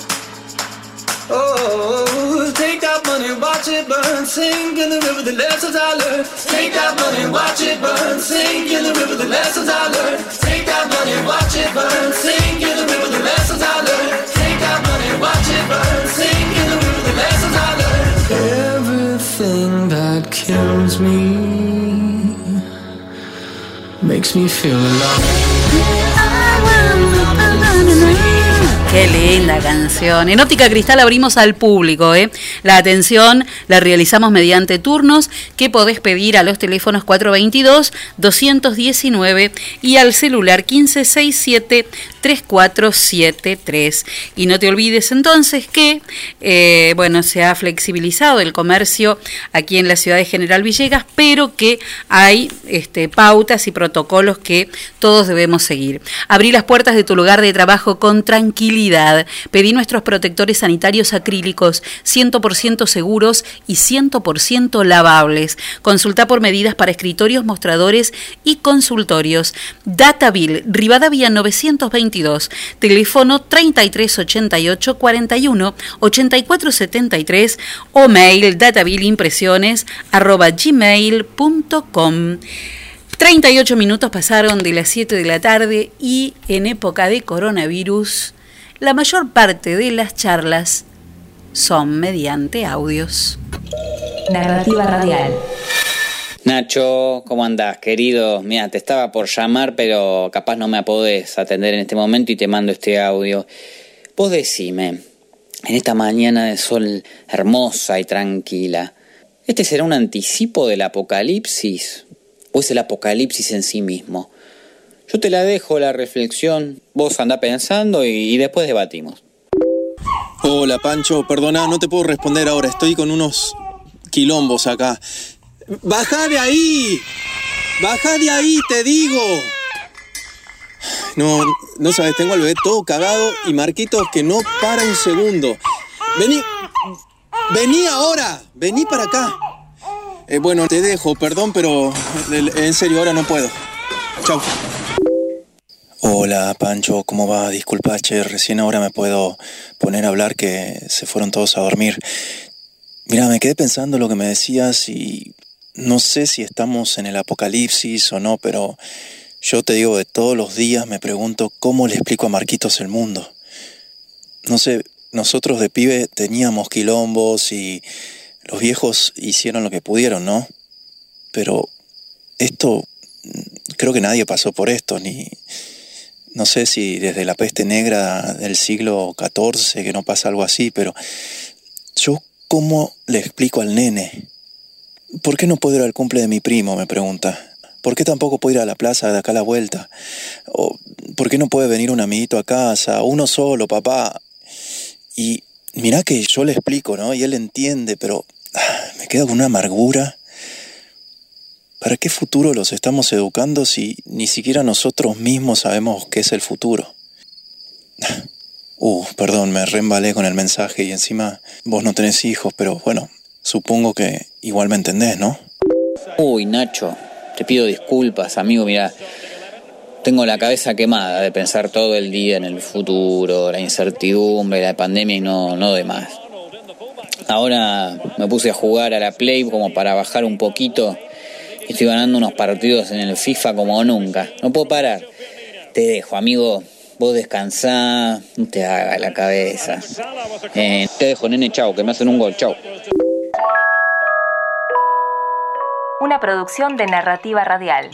Oh, take that money, watch it burn, sink in the river, the lessons I learned. Take that money, watch it burn, sink in the river, the lessons I learned. Take that money, watch it burn, sink in the river, the lessons I learned. Take that money, watch it burn, sink in the river, the lessons I learned. Everything that kills me makes me feel alive. Qué linda canción. En Óptica Cristal abrimos al público, ¿eh? La atención la realizamos mediante turnos que podés pedir a los teléfonos cuatro veintidós, doscientos diecinueve y al celular quince sesenta y siete, treinta y cuatro setenta y tres. Y no te olvides entonces que, eh, bueno, se ha flexibilizado el comercio aquí en la ciudad de General Villegas, pero que hay este, pautas y protocolos que todos debemos seguir. Abrí las puertas de tu lugar de trabajo con tranquilidad. Pedí nuestros protectores sanitarios acrílicos cien por ciento seguros y cien por ciento lavables. Consulta por medidas para escritorios, mostradores y consultorios. Dataville, Rivadavia novecientos veintidós, teléfono treinta y tres ochenta y ocho, cuarenta y uno, ochenta y cuatro setenta y tres o mail datavilleimpresiones arroba gmail punto com. treinta y ocho minutos pasaron de las siete de la tarde y en época de coronavirus la mayor parte de las charlas son mediante audios. Narrativa radial. Nacho, ¿cómo andás, querido? Mira, te estaba por llamar, pero capaz no me podés atender en este momento y te mando este audio. Vos decime, en esta mañana de sol hermosa y tranquila, ¿este será un anticipo del apocalipsis o es el apocalipsis en sí mismo? Yo te la dejo la reflexión, vos andá pensando y, y después debatimos. Hola Pancho, perdona, no te puedo responder ahora, estoy con unos quilombos acá. ¡Baja de ahí! ¡Baja de ahí, te digo! No, no sabes, tengo al bebé todo cagado y Marquitos que no para un segundo. Vení, vení ahora, vení para acá. Eh, bueno, te dejo, perdón, pero en serio, ahora no puedo. Chau. Hola Pancho, ¿cómo va? Disculpa, che, recién ahora me puedo poner a hablar que se fueron todos a dormir. Mira, me quedé pensando lo que me decías y no sé si estamos en el apocalipsis o no, pero yo te digo, de todos los días me pregunto cómo le explico a Marquitos el mundo. No sé, nosotros de pibe teníamos quilombos y los viejos hicieron lo que pudieron, ¿no? Pero esto, creo que nadie pasó por esto, ni... No sé si desde la peste negra del siglo catorce que no pasa algo así, pero yo ¿cómo le explico al nene? ¿Por qué no puedo ir al cumple de mi primo? Me pregunta. ¿Por qué tampoco puedo ir a la plaza de acá a la vuelta? ¿O por qué no puede venir un amiguito a casa? Uno solo, papá. Y mirá que yo le explico, ¿no? Y él entiende, pero ah, me queda con una amargura. ¿Para qué futuro los estamos educando si ni siquiera nosotros mismos sabemos qué es el futuro? Uh, perdón, me reembalé con el mensaje y encima vos no tenés hijos, pero bueno, supongo que igual me entendés, ¿no? Uy, Nacho, te pido disculpas, amigo, mira, tengo la cabeza quemada de pensar todo el día en el futuro, la incertidumbre, la pandemia y no, no de más. Ahora me puse a jugar a la Play como para bajar un poquito. Estoy ganando unos partidos en el FIFA como nunca. No puedo parar. Te dejo, amigo. Vos descansá. No te hagas la cabeza. Eh, te dejo, nene. Chau. Que me hacen un gol. Chau. Una producción de Narrativa Radial.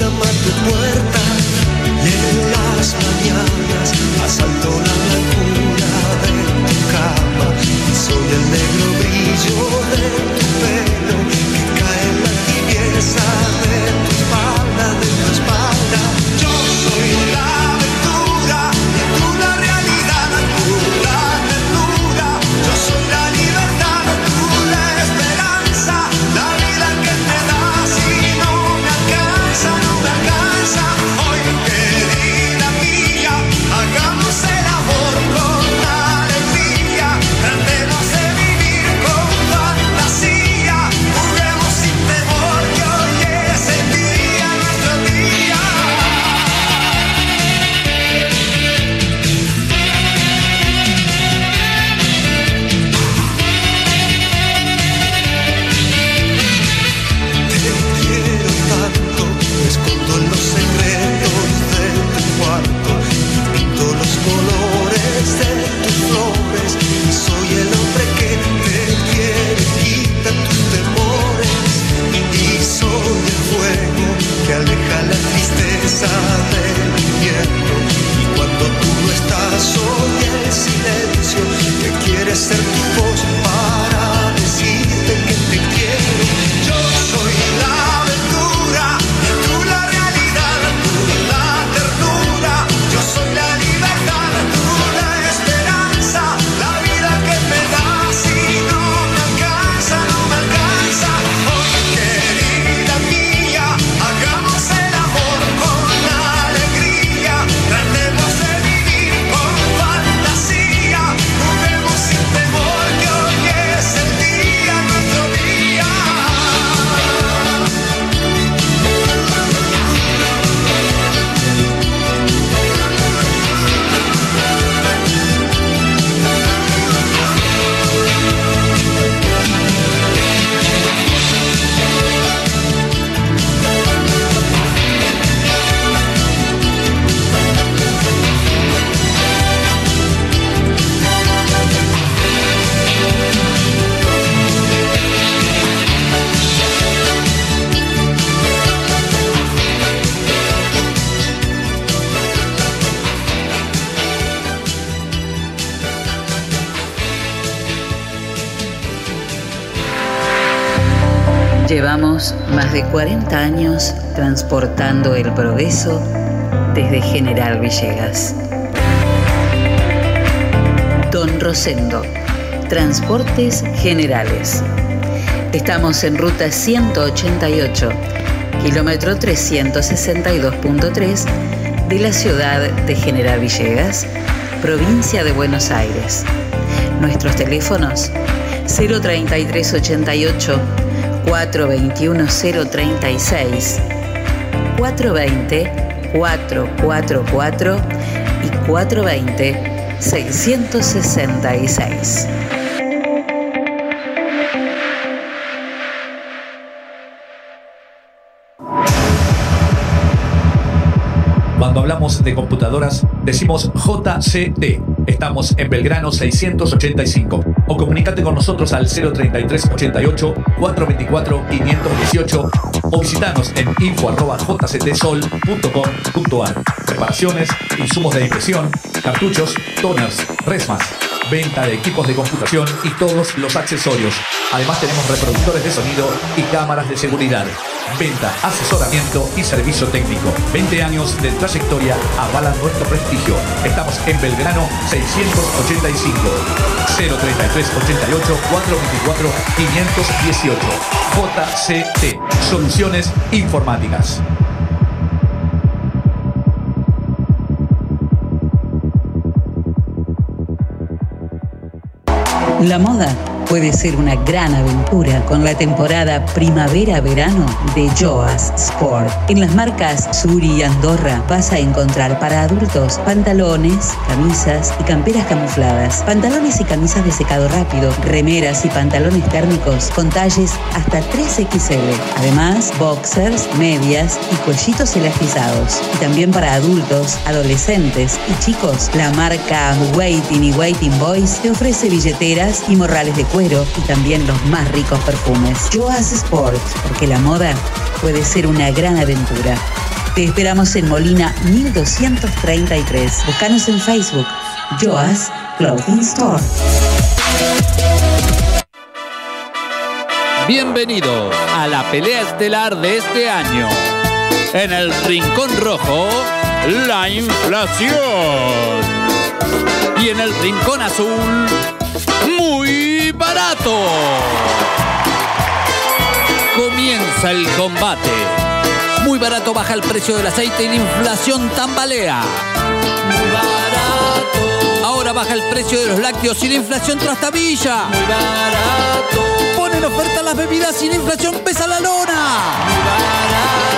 llama a tu puerta y en las mañanas asalto la blancura de tu cama y soy el negro brillo de tu pelo que cae en la tibieza de tu espalda, de tu espalda. Yo soy la aventura y tú la realidad, tú la ternura. Yo soy la libertad, tú la esperanza, la vida que me das y no me alcanza, no me alcanza. Hoy, querida mía, hagamos el amor con alegría, tratemos de vivir con fantasía, juguemos sin temor que hoy es el día, nuestro día. Te quiero tanto, me escondo en los secretos de tu cuarto y pinto los colores de tus flores y soy el hombre que te quiere y quita tus temores y soy el fuego que aleja la tristeza del invierno y cuando tú no estás soy el silencio que quiere ser tu voz para decirte que te quiero. Yo soy la aventura, tú la realidad, tú la ternura. Yo soy la libertad, tú la esperanza, la vida que me das y no me alcanza, no me alcanza. Hoy, querida mía, hagamos el amor con alegría, tratemos de vivir con fantasía, juguemos sin temor que hoy es el día, nuestro día. Llevamos más de cuarenta años transportando el progreso desde General Villegas. Don Rosendo, Transportes Generales. Estamos en ruta ciento ochenta y ocho, kilómetro trescientos sesenta y dos punto tres de la ciudad de General Villegas, provincia de Buenos Aires. Nuestros teléfonos cero treinta y tres ochenta y ocho, cuatrocientos veintiuno, cero treinta y seis, cuatrocientos veinte, cuatrocientos cuarenta y cuatro y cuatrocientos veinte, seiscientos sesenta y seis. Cuando hablamos de computadoras, decimos J C T. Estamos en Belgrano seiscientos ochenta y cinco. O comunícate con nosotros al cero treinta y tres ochenta y ocho, cuatrocientos veinticuatro, quinientos dieciocho o visitanos en info arroba j c t sol punto com punto a r. Reparaciones, insumos de impresión, cartuchos, toners, resmas, venta de equipos de computación y todos los accesorios. Además tenemos reproductores de sonido y cámaras de seguridad. Venta, asesoramiento y servicio técnico. veinte años de trayectoria avalan nuestro prestigio. Estamos en Belgrano seiscientos ochenta y cinco. cero treinta y tres ochenta y ocho, cuatrocientos veinticuatro, quinientos dieciocho. J C T, Soluciones Informáticas. La moda puede ser una gran aventura con la temporada primavera-verano de Joas Sport. En las marcas Suri y Andorra vas a encontrar para adultos pantalones, camisas y camperas camufladas, pantalones y camisas de secado rápido, remeras y pantalones térmicos con talles hasta tres equis ele. Además, boxers, medias y cuellitos elastizados. Y también para adultos, adolescentes y chicos, la marca Waiting y Waiting Boys te ofrece billeteras y morrales de cuero y también los más ricos perfumes. Joas Sport, porque la moda puede ser una gran aventura. Te esperamos en Molina mil doscientos treinta y tres. Búscanos en Facebook, Joas Clothing Store. Bienvenidos a la pelea estelar de este año. En el Rincón Rojo, la inflación. Y en el Rincón Azul, muy barato. Comienza el combate. Muy barato baja el precio del aceite y la inflación tambalea. Muy barato. Ahora baja el precio de los lácteos y la inflación trastabilla. Muy barato. Ponen oferta las bebidas y la inflación pesa la lona. Muy barato.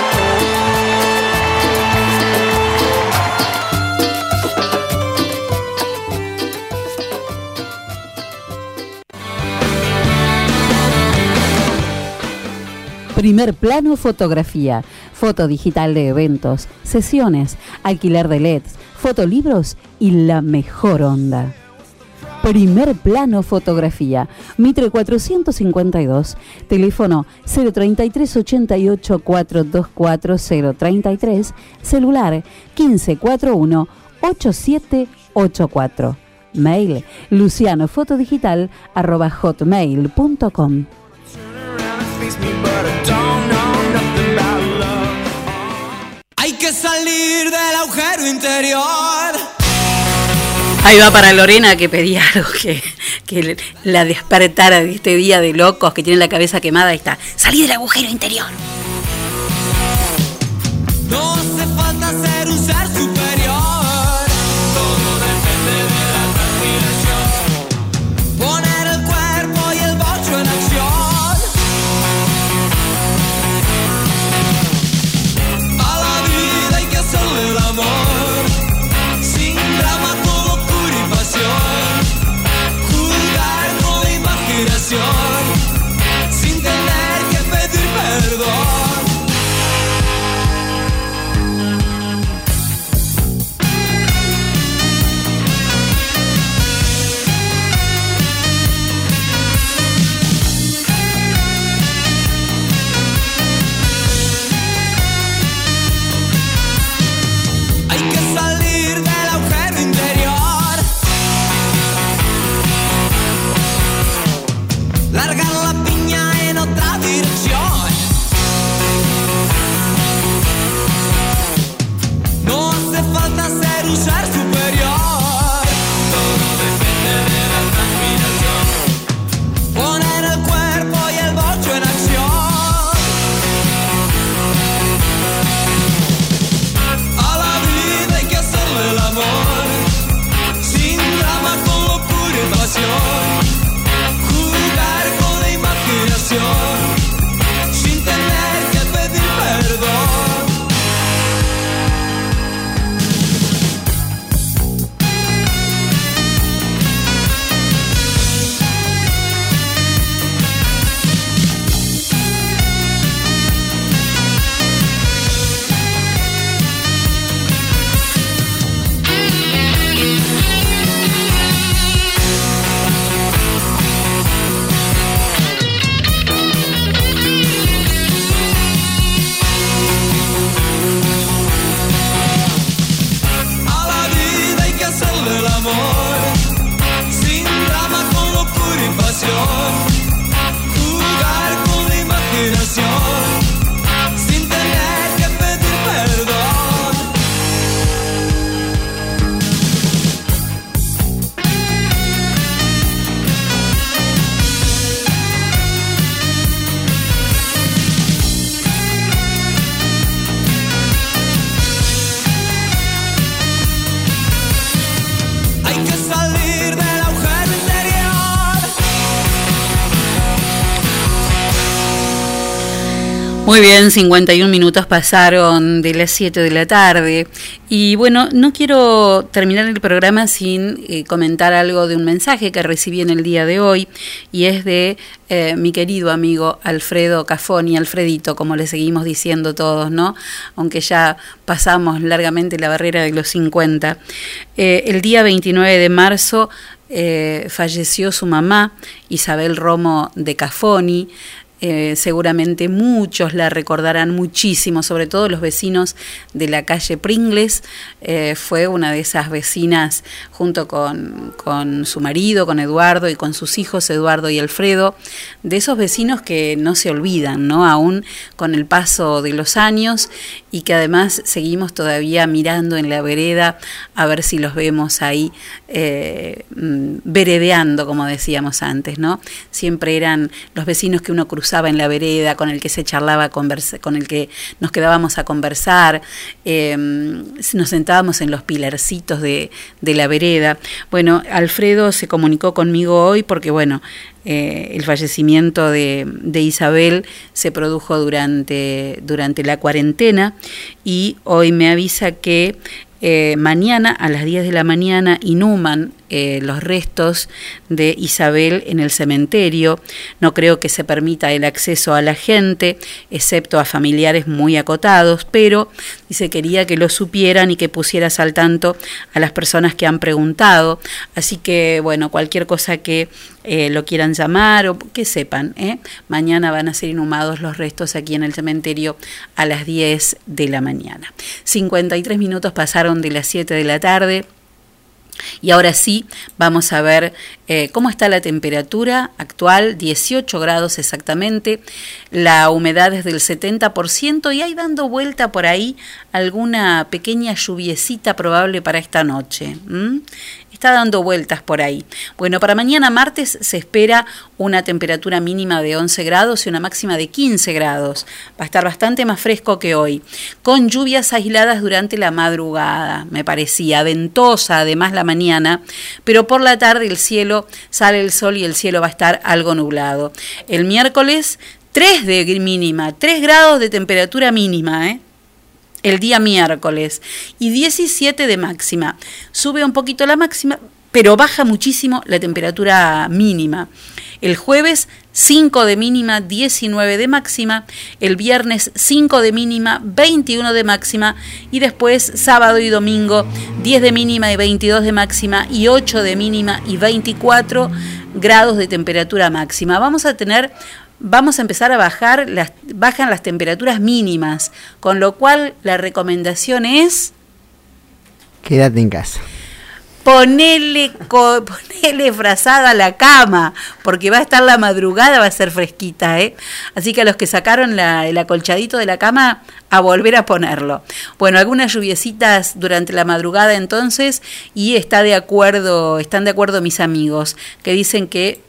Primer Plano Fotografía, foto digital de eventos, sesiones, alquiler de L E Ds, fotolibros y la mejor onda. Primer Plano Fotografía, Mitre cuatrocientos cincuenta y dos, teléfono cero treinta y tres ochenta y ocho cuatrocientos veinticuatro cero treinta y tres, celular quince cuarenta y uno ochenta y siete ochenta y cuatro, mail lucianofotodigital arroba hotmail punto com. Hay que salir del agujero interior. Ahí va para Lorena, que pedía algo que, que la despertara de este día de locos, que tiene la cabeza quemada. Ahí está, salí del agujero interior. No hace falta ser un ser superior. Todo depende de la transpiración. Poner el cuerpo y el bocho en acción. A la vida hay que hacerle el amor. Sin drama, con locura y pasión. Jugar con la imaginación. Sin tener que pedir perdón. Largar la piña en otra dirección. No hace falta ser un ser superior. Todo depende de la transpiración. Poner el cuerpo y el bocho en acción. A la vida hay que hacerle el amor. Sin drama, con locura y pasión. Sin tener que pedir perdón. Sin drama, con locura y pasión. Jugar con la imaginación. Sin tener que pedir perdón. Hay que salir del agujero interior. Muy bien, cincuenta y un minutos pasaron de las siete de la tarde. Y bueno, no quiero terminar el programa sin eh, comentar algo de un mensaje que recibí en el día de hoy, y es de eh, mi querido amigo Alfredo Cafoni, Alfredito, como le seguimos diciendo todos, ¿no? Aunque ya pasamos largamente la barrera de los cincuenta. Eh, el día veintinueve de marzo eh, falleció su mamá, Isabel Romo de Cafoni. Eh, seguramente muchos la recordarán muchísimo, sobre todo los vecinos de la calle Pringles. Eh, fue una de esas vecinas junto con, con su marido, con Eduardo y con sus hijos Eduardo y Alfredo, de esos vecinos que no se olvidan, ¿no? Aún con el paso de los años, y que además seguimos todavía mirando en la vereda a ver si los vemos ahí eh, veredeando, como decíamos antes, ¿no? Siempre eran los vecinos que uno cruzaba en la vereda, con el que se charlaba, conversa, con el que nos quedábamos a conversar, eh, nos sentábamos en los pilarcitos de, de la vereda. Bueno, Alfredo se comunicó conmigo hoy porque, bueno, eh, el fallecimiento de, de Isabel se produjo durante, durante la cuarentena, y hoy me avisa que Eh, mañana a las diez de la mañana inhuman eh, los restos de Isabel en el cementerio. No creo que se permita el acceso a la gente, excepto a familiares muy acotados, pero dice, quería que lo supieran y que pusieras al tanto a las personas que han preguntado. Así que, bueno, cualquier cosa que eh, lo quieran llamar o que sepan, ¿eh? Mañana van a ser inhumados los restos aquí en el cementerio a las diez de la mañana. cincuenta y tres minutos pasaron de las siete de la tarde. Y ahora sí, vamos a ver eh, cómo está la temperatura actual, dieciocho grados exactamente, la humedad es del setenta por ciento y hay dando vuelta por ahí alguna pequeña lluviecita probable para esta noche. ¿Mm? Está dando vueltas por ahí. Bueno, para mañana martes se espera una temperatura mínima de once grados y una máxima de quince grados. Va a estar bastante más fresco que hoy, con lluvias aisladas durante la madrugada, me parecía, ventosa además la mañana, pero por la tarde el cielo, sale el sol y el cielo va a estar algo nublado. El miércoles, tres de mínima, tres grados de temperatura mínima, ¿eh? El día miércoles, y diecisiete de máxima. Sube un poquito la máxima, pero baja muchísimo la temperatura mínima. El jueves, cinco de mínima, diecinueve de máxima. El viernes, cinco de mínima, veintiuno de máxima. Y después, sábado y domingo, diez de mínima y veintidós de máxima. Y ocho de mínima y veinticuatro grados de temperatura máxima. Vamos a tener... Vamos a empezar a bajar, las, bajan las temperaturas mínimas, con lo cual la recomendación es... Quédate en casa. Ponele, co, ponele frazada la cama, porque va a estar la madrugada, va a ser fresquita, ¿eh? Así que a los que sacaron la, el acolchadito de la cama, a volver a ponerlo. Bueno, algunas lluviecitas durante la madrugada entonces, y está de acuerdo, están de acuerdo mis amigos, que dicen que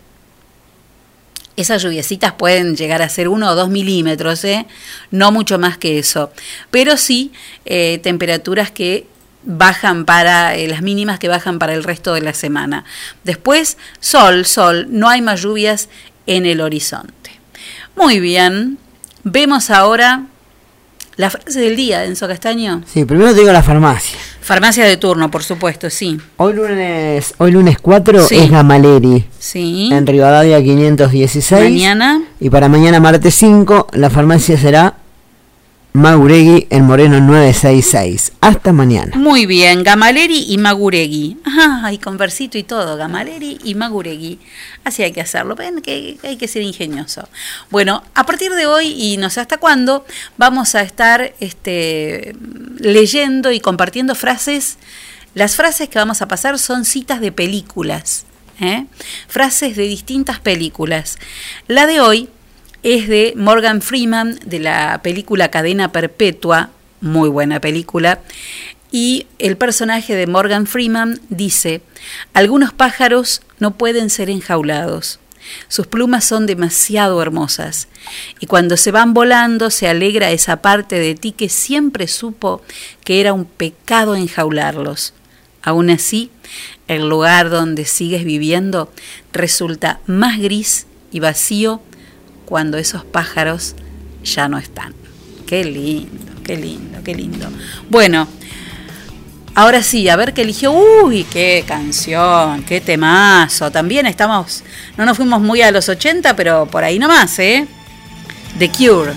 esas lluviecitas pueden llegar a ser uno o dos milímetros, ¿eh? No mucho más que eso. Pero sí eh, temperaturas que bajan para, eh, las mínimas que bajan para el resto de la semana. Después, sol, sol, no hay más lluvias en el horizonte. Muy bien, vemos ahora la frase del día, Enzo Castaño. Sí, primero te digo la farmacia. Farmacia de turno, por supuesto, sí. Hoy lunes, hoy lunes cuatro sí. es Gamaleri. Sí. En Rivadavia quinientos dieciséis. Mañana. Y para mañana martes cinco, la farmacia será Maguregui en Moreno novecientos sesenta y seis. Hasta mañana. Muy bien, Gamaleri y Maguregui. Ajá, y con versito y todo, Gamaleri y Maguregui. Así hay que hacerlo, ven que hay que ser ingenioso. Bueno, a partir de hoy y no sé hasta cuándo, vamos a estar este, leyendo y compartiendo frases. Las frases que vamos a pasar son citas de películas, ¿eh? Frases de distintas películas. La de hoy es de Morgan Freeman, de la película Cadena Perpetua, muy buena película, y el personaje de Morgan Freeman dice: algunos pájaros no pueden ser enjaulados, sus plumas son demasiado hermosas, y cuando se van volando se alegra esa parte de ti que siempre supo que era un pecado enjaularlos. Aún así, el lugar donde sigues viviendo resulta más gris y vacío cuando esos pájaros ya no están. Qué lindo, qué lindo, qué lindo. Bueno, ahora sí, a ver qué eligió. Uy, qué canción, qué temazo. También estamos, no nos fuimos muy a los ochenta, pero por ahí nomás, ¿eh? The Cure.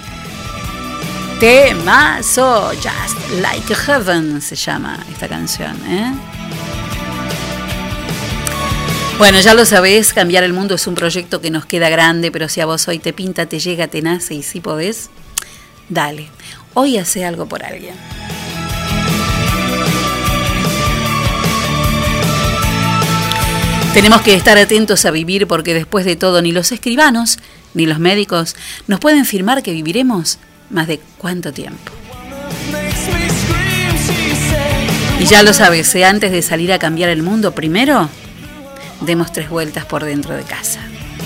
Temazo, Just Like Heaven se llama esta canción, ¿eh? Bueno, ya lo sabés, cambiar el mundo es un proyecto que nos queda grande, pero si a vos hoy te pinta, te llega, te nace y si podés, dale. Hoy hace algo por alguien. Tenemos que estar atentos a vivir porque después de todo ni los escribanos ni los médicos nos pueden firmar que viviremos más de cuánto tiempo. Y ya lo sabes, ¿eh? Antes de salir a cambiar el mundo, primero demos tres vueltas por dentro de casa.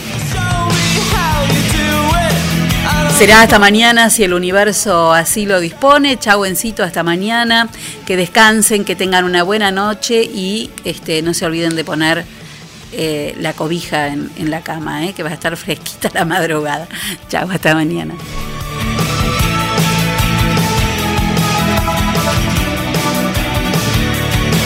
Será hasta mañana si el universo así lo dispone. Chau, Encito, hasta mañana. Que descansen, que tengan una buena noche y este, no se olviden de poner eh, la cobija en, en la cama, eh, que va a estar fresquita la madrugada. Chau, hasta mañana.